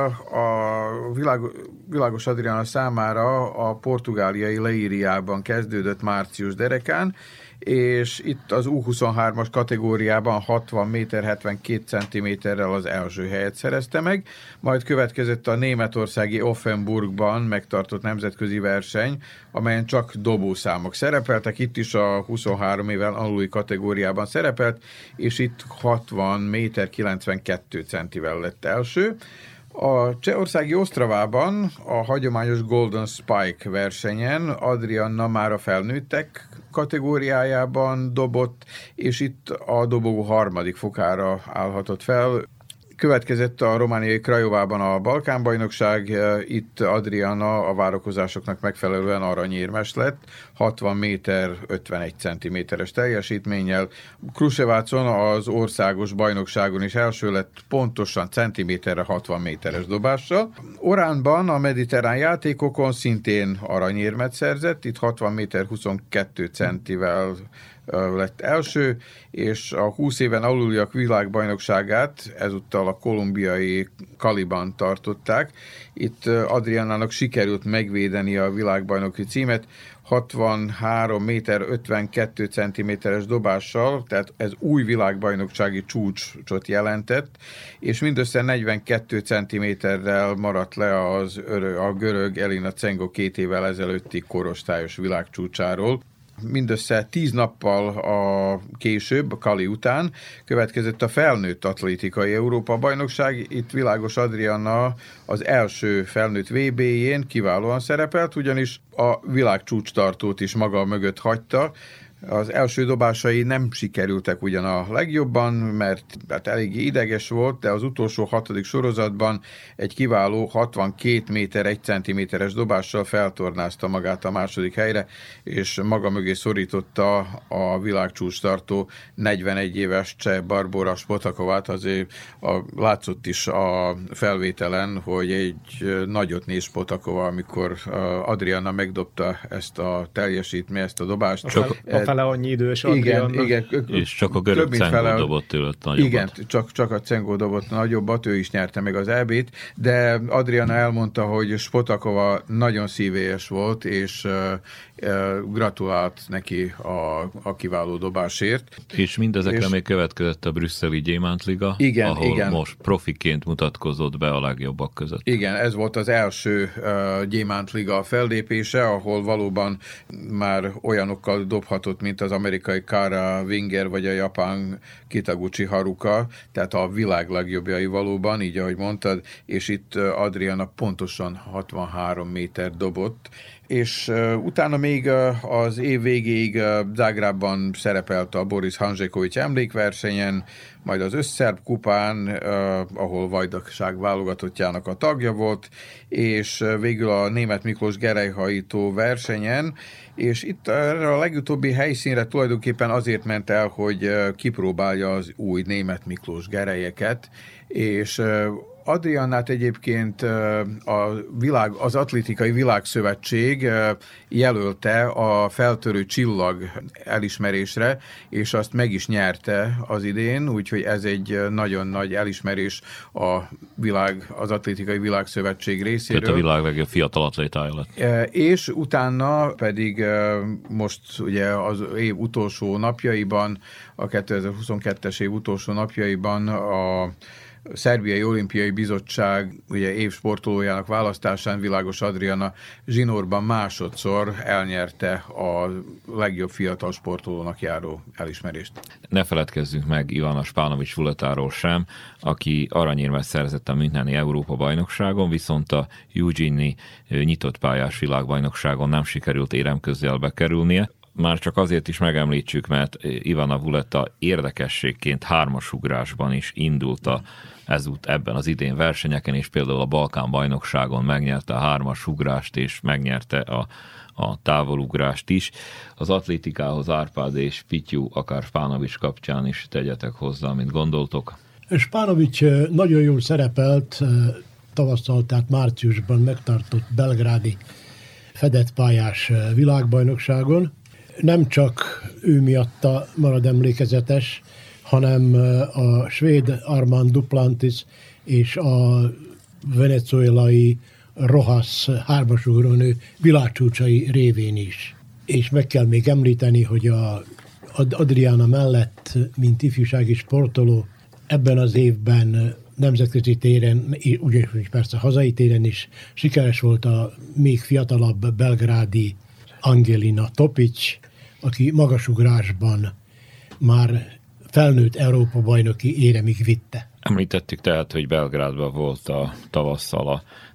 a Világos Adrián számára a portugáliai Leiríában kezdődött március derekán, és itt az U23-as kategóriában 60 méter 72 centiméterrel az első helyet szerezte meg, majd következett a németországi Offenburgban megtartott nemzetközi verseny, amelyen csak dobószámok szerepeltek, itt is a 23 éven aluli kategóriában szerepelt, és itt 60 méter 92 centivel lett első. A csehországi Ostravában a hagyományos Golden Spike versenyen Adrianna már a felnőttek kategóriájában dobott, és itt a dobogó harmadik fokára állhatott fel. Következett a romániai Craiovában a Balkánbajnokság, itt Adriana a várakozásoknak megfelelően aranyérmes lett, 60 méter 51 centiméteres teljesítménnyel. Kruševácon az országos bajnokságon is első lett, pontosan centiméterre 60 méteres dobással. Oránban a mediterrán játékokon szintén aranyérmet szerzett, itt 60 méter 22 centivel lett első, és a 20 éven aluliak világbajnokságát ezúttal a kolumbiai Caliban tartották. Itt Adriánának sikerült megvédeni a világbajnoki címet, 63 méter 52 centiméteres dobással, tehát ez új világbajnoksági csúcsot jelentett, és mindössze 42 centiméterrel maradt le a görög Elina Tsengo 2 évvel ezelőtti korosztályos világcsúcsáról. Mindössze 10 nappal később, a Cali után következett a felnőtt atlétikai Európa-bajnokság. Itt Világos Adriana az első felnőtt VB-jén kiválóan szerepelt, ugyanis a világcsúcstartót is maga mögött hagyta. Az első dobásai nem sikerültek ugyan a legjobban, mert eléggé ideges volt, de az utolsó 6. sorozatban egy kiváló 62 méter 1 centiméteres dobással feltornázta magát a második helyre, és maga mögé szorította a világcsúcstartó 41 éves cseh Barbora Spotakovát. Azért látszott is a felvételen, hogy egy nagyot néz Spotakova, amikor Adriana megdobta ezt a teljesítményt, ezt a dobást. Fele annyi idős Adriana. Igen, és csak a görög Tsengo dobott tőle nagyobbat. Igen, csak a Tsengo dobott nagyobbat, ő is nyerte meg az EB-t, de Adriana elmondta, hogy Spotakova nagyon szívélyes volt, és gratulált neki a kiváló dobásért. És mindezekre még következett a brüsszeli Gyémántliga, ahol most profiként mutatkozott be a legjobbak között. Igen, ez volt az első Gyémántliga fellépése, ahol valóban már olyanokkal dobhatott, mint az amerikai Kara Winger, vagy a japán Kitaguchi Haruka, tehát a világ legjobbjai valóban, így ahogy mondtad, és itt Adriana pontosan 63 méter dobott, és utána még az év végéig Zágrábban szerepelt a Boris Hanzsékovics emlékversenyen, majd az Összszerb kupán, ahol Vajdaság válogatottjának a tagja volt, és végül a német Miklós gerelyhajító versenyen, és itt a legutóbbi helyszínre tulajdonképpen azért ment el, hogy kipróbálja az új német Miklós gerelyeket, és Adrianát egyébként az Atlétikai Világszövetség jelölte a feltörő csillag elismerésre, és azt meg is nyerte az idén, úgyhogy ez egy nagyon nagy elismerés az Atlétikai Világszövetség részéről. Tehát a világ legjobb fiatal atlétája lett. És utána pedig most ugye az év utolsó napjaiban, a 2022-es év utolsó napjaiban a Szerbiai Olimpiai Bizottság ugye évsportolójának választásán Világos Adriana zsinórban másodszor elnyerte a legjobb fiatal sportolónak járó elismerést. Ne feledkezzünk meg Ivana Spanovics-Vuletáról sem, aki aranyérmet szerzett a Müncheni Európa-bajnokságon, viszont a Eugene nyitott pályás világbajnokságon nem sikerült éremközelbe kerülnie. Már csak azért is megemlítsük, mert Ivana Vuleta érdekességként 3-as ugrásban is indult ebben az idén versenyeken, és például a Balkán-bajnokságon megnyerte a 3-as ugrást, és megnyerte a távolugrást is. Az atlétikához Árpád és Pityu, akár Spanovics kapcsán is tegyetek hozzá, amit gondoltok. Spanovics nagyon jól szerepelt tavasszal, tehát márciusban megtartott belgrádi fedett pályás világbajnokságon. Nem csak ő miatta marad emlékezetes, hanem a svéd Armand Duplantis és a venezuelai Rojas 3-as ugrónő világcsúcsai révén is. És meg kell még említeni, hogy a Adriana mellett, mint ifjúsági sportoló, ebben az évben nemzetközi téren, ugyanis persze hazai téren is sikeres volt a még fiatalabb belgrádi Angelina Topic, aki magasugrásban már felnőtt Európa-bajnoki éremig vitte. Említettük tehát, hogy Belgrádban volt a tavasszal a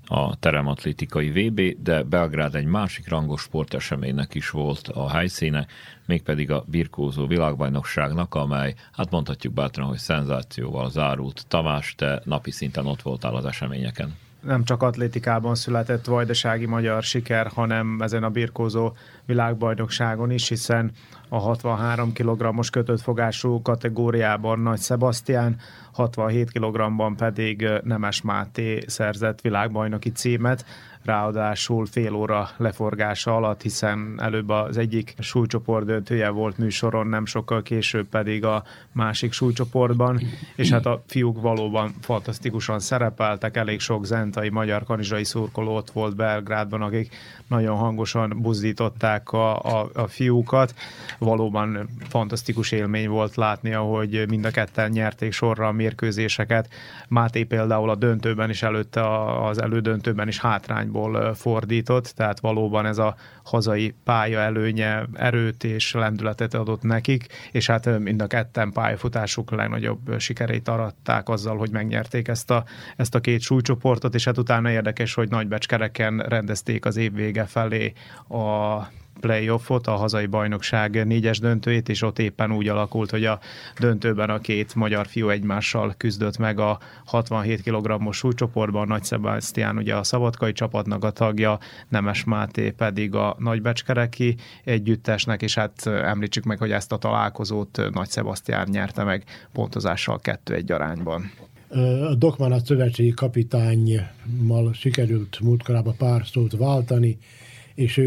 a terematlétikai VB, de Belgrád egy másik rangos sporteseménynek is volt a helyszíne, mégpedig a birkózó világbajnokságnak, amely, hát mondhatjuk bátran, hogy szenzációval zárult. Tamás, te napi szinten ott voltál az eseményeken. Nem csak atlétikában született vajdasági magyar siker, hanem ezen a birkózó világbajnokságon is, hiszen a 63 kg-os kötött fogású kategóriában Nagy Sebastián, 67 kg-ban pedig Nemes Máté szerzett világbajnoki címet, ráadásul fél óra leforgása alatt, hiszen előbb az egyik súlycsoport döntője volt műsoron, nem sokkal később pedig a másik súlycsoportban, és hát a fiúk valóban fantasztikusan szerepeltek, elég sok zentai magyar kanizsai szurkoló ott volt Belgrádban, akik nagyon hangosan buzdították a fiúkat. Valóban fantasztikus élmény volt látni, ahogy mind a ketten nyerték sorra a mérkőzéseket. Máté például a döntőben is előtte, az elődöntőben is hátrányból fordított, tehát valóban ez a hazai pálya előnye erőt és lendületet adott nekik, és hát mind a ketten pályafutásuk legnagyobb sikerét aratták azzal, hogy megnyerték ezt a két súlycsoportot, és hát utána érdekes, hogy Nagybecskereken rendezték az év vége felé a playoffot, a hazai bajnokság 4-es döntőjét, és ott éppen úgy alakult, hogy a döntőben a két magyar fiú egymással küzdött meg a 67 kg-os súlycsoportban, Nagy Sebastián ugye a szabadkai csapatnak a tagja, Nemes Máté pedig a nagybecskereki együttesnek, és hát említsük meg, hogy ezt a találkozót Nagy Sebastián nyerte meg pontozással 2-1 arányban. A Dokmanát szövetségi kapitánnyal sikerült múltkorában pár szót váltani, és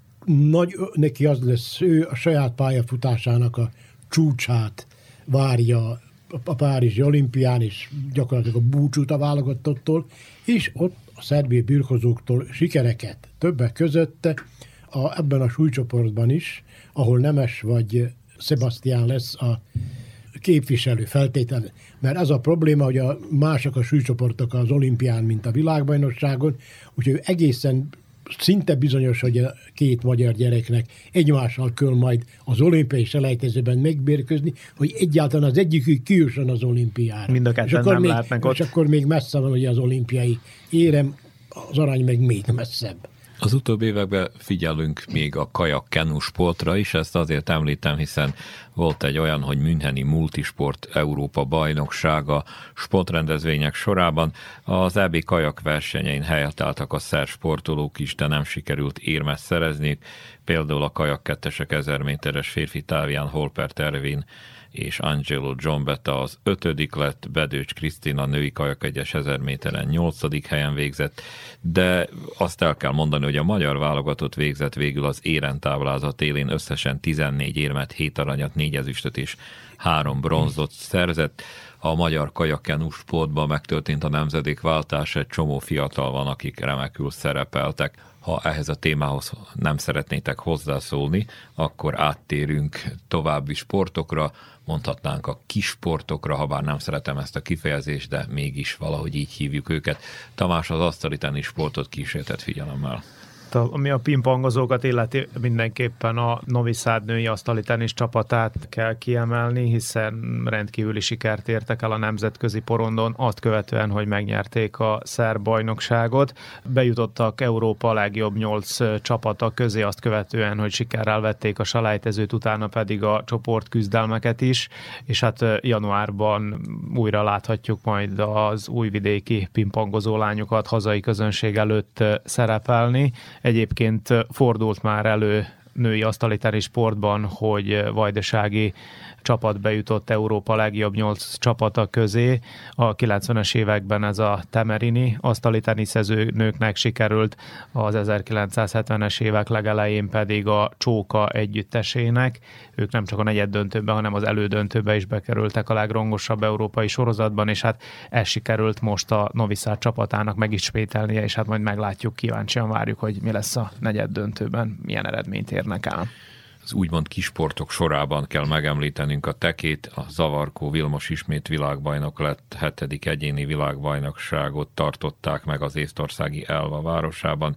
neki az lesz, ő a saját pályafutásának a csúcsát várja a Párizsi olimpián, és gyakorlatilag a búcsút a válogatottól, és ott a szerbiai birkozóktól sikereket. Többek között ebben a súlycsoportban is, ahol Nemes vagy Sebastián lesz a képviselő feltétel. Mert az a probléma, hogy a mások a súlycsoportok az olimpián, mint a világbajnokságon, úgyhogy egészen szinte bizonyos, hogy a két magyar gyereknek egymással kell majd az olimpiai selejtezőben megbérközni, hogy egyáltalán az egyikük kijusson az olimpiára. Mind a ketten nem lehetnek ott. És akkor még messze van ugye az olimpiai érem, az arany meg még messzebb. Az utóbbi években figyelünk még a kajak-kenu sportra is, ezt azért említem, hiszen volt egy olyan, hogy Müncheni Multisport Európa bajnoksága sportrendezvények sorában. Az EB kajak versenyein helyet álltak a szerb sportolók is, de nem sikerült érmet szerezni. Például a kajak kettesek 1000 méteres férfi távján Holpert Ervin és Angelo Giombetta az 5. lett, Bedőcs Krisztina női kajakegyes 1000 méteren 8. helyen végzett, de azt el kell mondani, hogy a magyar válogatott végzett végül az éremtáblázat élén összesen 14 érmet, 7 aranyat, 4 ezüstöt és 3 bronzot szerzett. A magyar kajak-kenu sportban megtörtént a nemzedékváltás, egy csomó fiatal van, akik remekül szerepeltek. Ha ehhez a témához nem szeretnétek hozzászólni, akkor áttérünk további sportokra, mondhatnánk a kisportokra, ha bár nem szeretem ezt a kifejezést, de mégis valahogy így hívjuk őket. Tamás, az asztali teniszsportot kísértett figyelemmel. Ami a pingpongozókat illeti, mindenképpen a Novi Sad női asztali tenisz csapatát kell kiemelni, hiszen rendkívüli sikert értek el a nemzetközi porondon, azt követően, hogy megnyerték a szerb bajnokságot. Bejutottak Európa legjobb 8 csapata közé, azt követően, hogy sikerrel vették a selejtezőt, utána pedig a csoportküzdelmeket is, és hát januárban újra láthatjuk majd az újvidéki pingpongozó lányokat hazai közönség előtt szerepelni. Egyébként fordult már elő női asztali tenisz sportban, hogy vajdasági csapat bejutott Európa legjobb 8 csapata közé. A 90-es években ez a Temerini asztali teniszező nőknek sikerült, az 1970-es évek legelején pedig a Csóka együttesének. Ők nem csak a negyeddöntőben, hanem az elődöntőbe is bekerültek a legrongosabb európai sorozatban, és hát ez sikerült most a Novi Sad csapatának megismételnie, és hát majd meglátjuk, kíváncsian várjuk, hogy mi lesz a negyeddöntőben, milyen eredményt érnek el. Az úgymond kisportok sorában kell megemlítenünk a tekét. A Zavarkó Vilmos ismét világbajnok lett, 7. egyéni világbajnokságot tartották meg az észtországi Elva városában,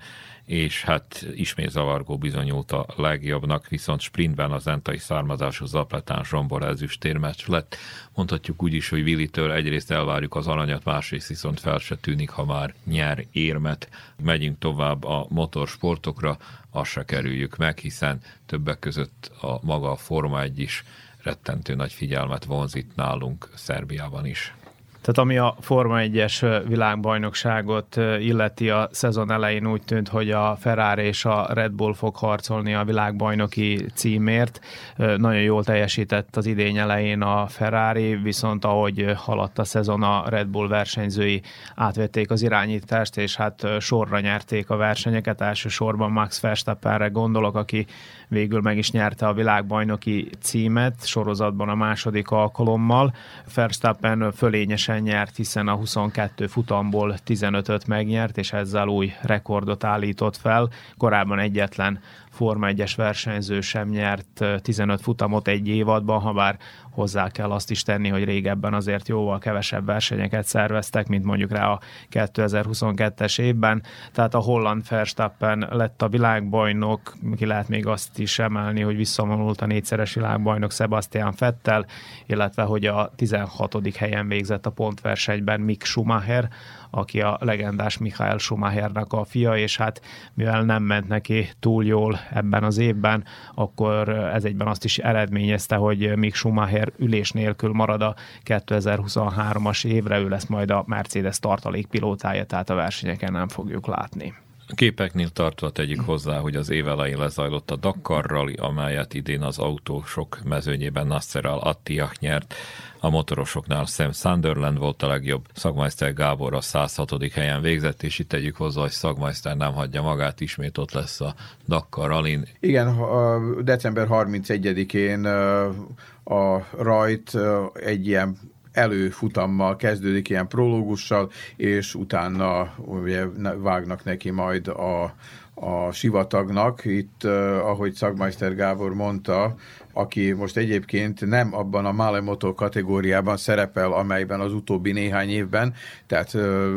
és hát ismét zavargó bizonyult a legjobbnak, viszont sprintben az entai származású Zapletán Zsombor ezüstérmes lett. Mondhatjuk úgy is, hogy Willitől egyrészt elvárjuk az aranyat, másrészt viszont fel se tűnik, ha már nyer érmet. Megyünk tovább a motorsportokra, azt se kerüljük meg, hiszen többek között a maga a Forma 1 is rettentő nagy figyelmet vonz itt nálunk Szerbiában is. Tehát ami a Forma 1-es világbajnokságot illeti, a szezon elején úgy tűnt, hogy a Ferrari és a Red Bull fog harcolni a világbajnoki címért. Nagyon jól teljesített az idény elején a Ferrari, viszont ahogy haladt a szezon, a Red Bull versenyzői átvették az irányítást, és hát sorra nyerték a versenyeket. Elsősorban Max Verstappenre gondolok, aki végül meg is nyerte a világbajnoki címet, sorozatban a második alkalommal. Verstappen fölényesen nyert, hiszen a 22 futamból 15-öt megnyert, és ezzel új rekordot állított fel. Korábban egyetlen Forma 1-es versenyző sem nyert 15 futamot egy évadban, ha bár hozzá kell azt is tenni, hogy régebben azért jóval kevesebb versenyeket szerveztek, mint mondjuk rá a 2022-es évben. Tehát a holland Verstappen lett a világbajnok, ki lehet még azt is emelni, hogy visszavonult a 4-szeres világbajnok Sebastian Vettel, illetve hogy a 16. helyen végzett a pontversenyben Mick Schumacher, aki a legendás Michael Schumachernek a fia, és hát mivel nem ment neki túl jól ebben az évben, akkor ez egyben azt is eredményezte, hogy Mick Schumacher ülés nélkül marad a 2023-as évre, ő lesz majd a Mercedes tartalékpilótája, tehát a versenyeken nem fogjuk látni. A képeknél tartva tegyük hozzá, hogy az év elején lezajlott a Dakar Rally, amelyet idén az autósok mezőnyében Nasser Al-Attiyah nyert. A motorosoknál Sam Sunderland volt a legjobb, Szagmeister Gábor a 106. helyen végzett, és itt tegyük hozzá, hogy Szagmeister nem hagyja magát, ismét ott lesz a Dakar Rallyn. Igen, december 31-én a rajt egy ilyen előfutammal kezdődik, ilyen prológussal, és utána ugye, vágnak neki majd a sivatagnak. Itt, ahogy Szagmeister Gábor mondta, aki most egyébként nem abban a Male Moto kategóriában szerepel, amelyben az utóbbi néhány évben, tehát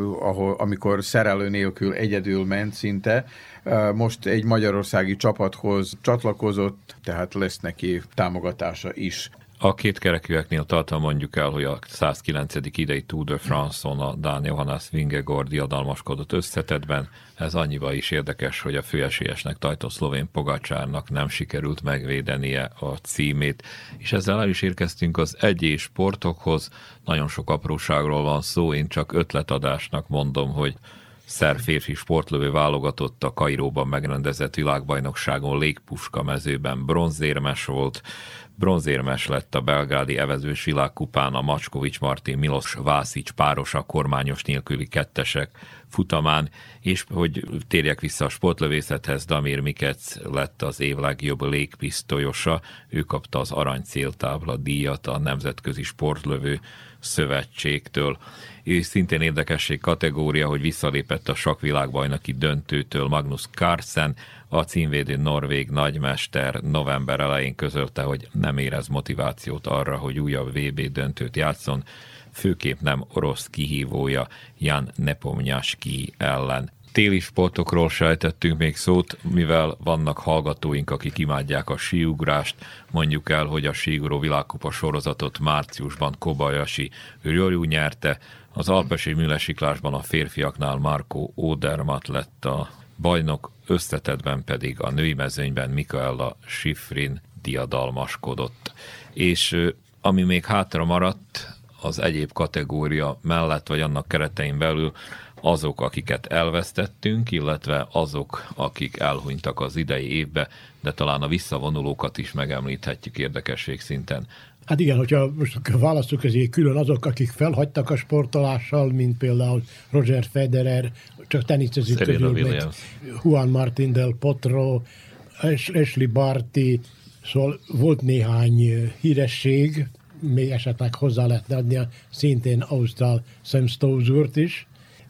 amikor szerelő nélkül egyedül ment szinte, most egy magyarországi csapathoz csatlakozott, tehát lesz neki támogatása is. A kétkerekűeknél tartva mondjuk el, hogy a 109. idei Tour de France-on a dán Johannes Vingegaard diadalmaskodott összetettben. Ez annyival is érdekes, hogy a főesélyesnek tartó szlovén Pogacsárnak nem sikerült megvédenie a címét. És ezzel el is érkeztünk az egyéb sportokhoz. Nagyon sok apróságról van szó, én csak ötletadásnak mondom, hogy szerb férfi sportlövő válogatott a Kairóban megrendezett világbajnokságon légpuska mezőben bronzérmes volt. Bronzérmes lett a belgrádi evezős világkupán a Macskovics Martin Milos Vászics párosa kormányos nélküli kettesek futamán, és hogy térjek vissza a sportlövészethez, Damir Mikec lett az év legjobb légpisztolyosa, ő kapta az arany céltábla díjat a Nemzetközi Sportlövő Szövetségtől. És szintén érdekesség kategória, hogy visszalépett a sakkvilágbajnoki döntőtől Magnus Carlsen, a címvédő norvég nagymester november elején közölte, hogy nem érez motivációt arra, hogy újabb VB döntőt játszon, főképp nem orosz kihívója Jan Nepomniachtchi ellen. Téli sportokról sejtettünk még szót, mivel vannak hallgatóink, akik imádják a síugrást. Mondjuk el, hogy a síugró világkupa sorozatot márciusban Kobayashi Ryoryu nyerte, az alpesi műlesiklásban a férfiaknál Marco Odermatt lett a bajnok, összetettben pedig a női mezőnyben Mikaela Shiffrin diadalmaskodott. És ami még hátra maradt, az egyéb kategória mellett, vagy annak keretein belül azok, akiket elvesztettünk, illetve azok, akik elhunytak az idei évbe, de talán a visszavonulókat is megemlíthetjük érdekesség szinten. Hát igen, hogyha most választjuk közé külön azok, akik felhagytak a sportolással, mint például Roger Federer, csak teniszezik közül, Juan Martín del Potro, Ashley Barty, szóval volt néhány híresség, még esetleg hozzá lehetne adni szintén ausztrál Sam Stosurt is,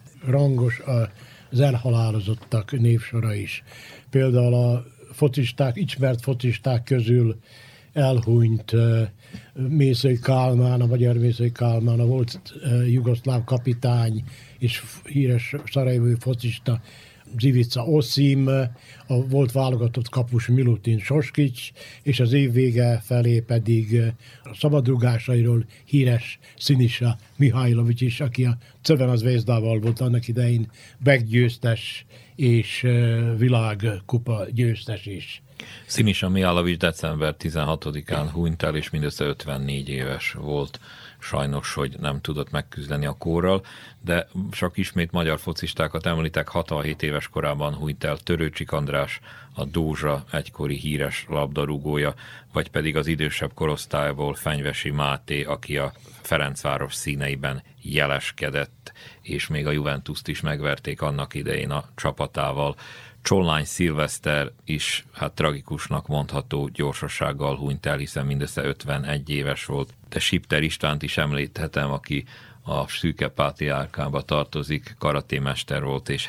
rangos az elhalálozottak névsora is. Például a focisták, ismert focisták közül elhunyt Mészöly Kálmán, a magyar Mészöly Kálmán, a volt jugoszláv kapitány és híres szarajevói focista Zivica Oszim, a volt válogatott kapus Milutin Soskics, és az év vége felé pedig a szabadrugásairól híres Sinisa Mihajlovics is, aki a Crvena Zvezdával volt annak idején meggyőztes és világkupa győztes is. Sinisa Mihajlovics december 16-án hunyt el, és mindössze 54 éves volt. Sajnos, hogy nem tudott megküzdeni a kórral, de csak ismét magyar focistákat említek, 67 éves korában hunyt el Törőcsik András, a Dózsa egykori híres labdarúgója, vagy pedig az idősebb korosztályból Fenyvesi Máté, aki a Ferencváros színeiben jeleskedett, és még a Juventust is megverték annak idején a csapatával. Csollány Szilveszter is tragikusnak mondható gyorsasággal hunyt el, hiszen mindössze 51 éves volt. De Sipter Istvánt is említhetem, aki a szűke pátriárkába tartozik, karatémester volt, és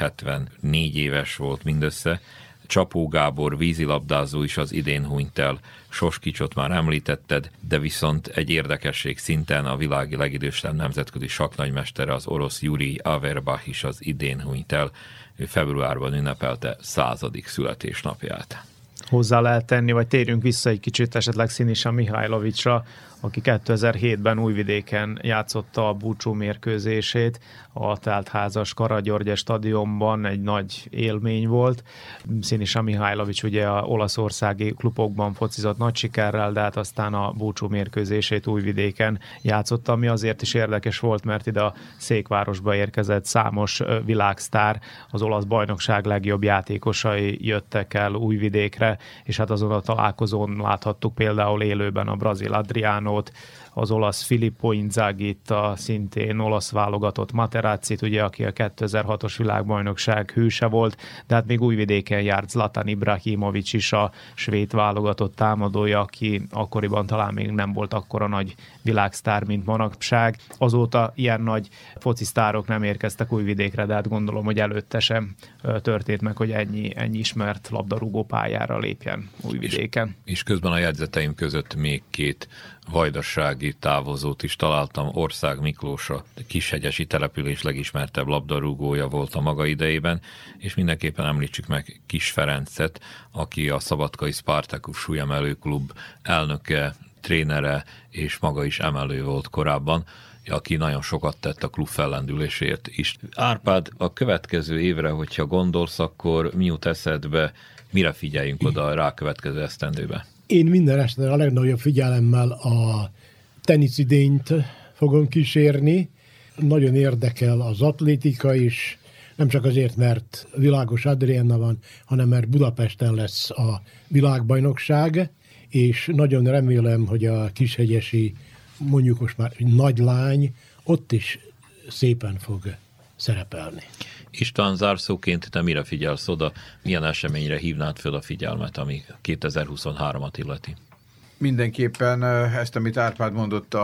74 éves volt mindössze. Csapó Gábor vízilabdázó is az idén hunyt el, Soskicsot már említetted, de viszont egy érdekesség szinten a világi legidősebb nemzetközi sakknagymestere, az orosz Jurij Averbach is az idén hunyt el. Ő februárban ünnepelte 100. születésnapját. Hozzá lehet tenni, vagy térjünk vissza egy kicsit esetleg Sinisa Mihajlovicsra, aki 2007-ben Újvidéken játszotta a búcsú mérkőzését, a teltházas Karagyörgye stadionban, egy nagy élmény volt. Sinisa Mihajlovics ugye a olaszországi klubokban focizott nagy sikerrel, de hát aztán a búcsú mérkőzését Újvidéken játszotta, ami azért is érdekes volt, mert ide a Székvárosba érkezett számos világsztár, az olasz bajnokság legjobb játékosai jöttek el Újvidékre, és hát azon a találkozón láthattuk például élőben a brazil Adriánót, az olasz Filippo Inzagit, a szintén olasz válogatott Materazzit, ugye, aki a 2006-os világbajnokság hőse volt, de hát még Újvidéken járt Zlatan Ibrahimovics is, a svéd válogatott támadója, aki akkoriban talán még nem volt akkora nagy világsztár, mint manapság. Azóta ilyen nagy focisztárok nem érkeztek Újvidékre, de hát gondolom, hogy előtte sem történt meg, hogy ennyi ismert labdarúgó pályára lépjen Újvidéken. És közben a jegyzeteim között még két vajdasági távozót is találtam. Ország Miklós, a kishegyesi település legismertebb labdarúgója volt a maga idejében, és mindenképpen említsük meg Kis Ferencet, aki a Szabadkai Spartacus súlyemelő klub elnöke, trénere, és maga is emelő volt korábban, aki nagyon sokat tett a klub fellendülésért is. Árpád, a következő évre, hogyha gondolsz, akkor mi jut eszedbe, mire figyeljünk oda a rákövetkező esztendőbe? Én minden este a legnagyobb figyelemmel a teniszidényt fogom kísérni. Nagyon érdekel az atlétika is, nem csak azért, mert Világos Adrienna van, hanem mert Budapesten lesz a világbajnokság, és nagyon remélem, hogy a kishegyesi, mondjuk most már nagy lány, ott is szépen fog szerepelni. István, zárszóként te mire figyelsz oda, milyen eseményre hívnád föl a figyelmet, ami 2023-at illeti? Mindenképpen ezt, amit Árpád mondott,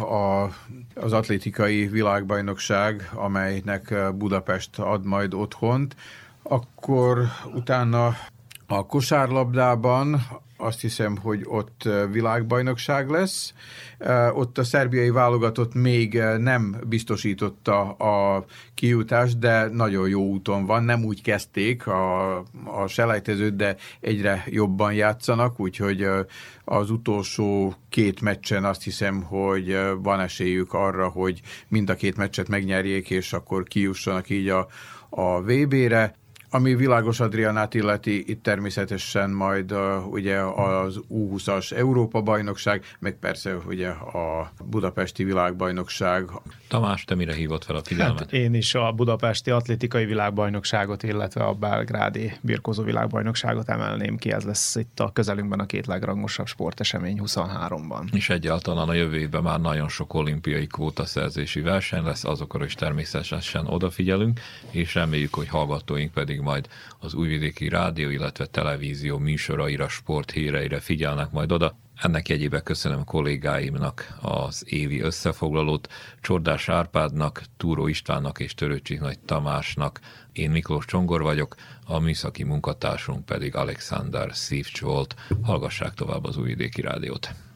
az atlétikai világbajnokság, amelynek Budapest ad majd otthont, akkor utána a kosárlabdában azt hiszem, hogy ott világbajnokság lesz. Ott a szerbiai válogatott még nem biztosította a kijutást, de nagyon jó úton van. Nem úgy kezdték a selejtezőt, de egyre jobban játszanak, úgyhogy az utolsó két meccsen azt hiszem, hogy van esélyük arra, hogy mind a két meccset megnyerjék, és akkor kijussanak így a VB-re. Ami Világos Adriánát illeti, itt természetesen majd ugye az U20-as Európa-bajnokság, meg persze ugye a budapesti világbajnokság. Tamás, te mire hívott fel a figyelmet? Hát én is a budapesti atlétikai világbajnokságot, illetve a belgrádi birkózó világbajnokságot emelném ki. Ez lesz itt a közelünkben a két legrangosabb sportesemény 23-ban. És egyáltalán a jövő évben már nagyon sok olimpiai kvótaszerzési verseny lesz, azokra is természetesen odafigyelünk, és reméljük, hogy hallgatóink pedig majd az Újvidéki Rádió, illetve televízió műsoraira, sporthíreire figyelnek majd oda. Ennek jegyében köszönöm kollégáimnak az évi összefoglalót, Csordás Árpádnak, Túró Istvánnak és Törőcsik Nagy Tamásnak. Én Miklós Csongor vagyok, a műszaki munkatársunk pedig Alexander Szívcs volt. Hallgassák tovább az Újvidéki Rádiót.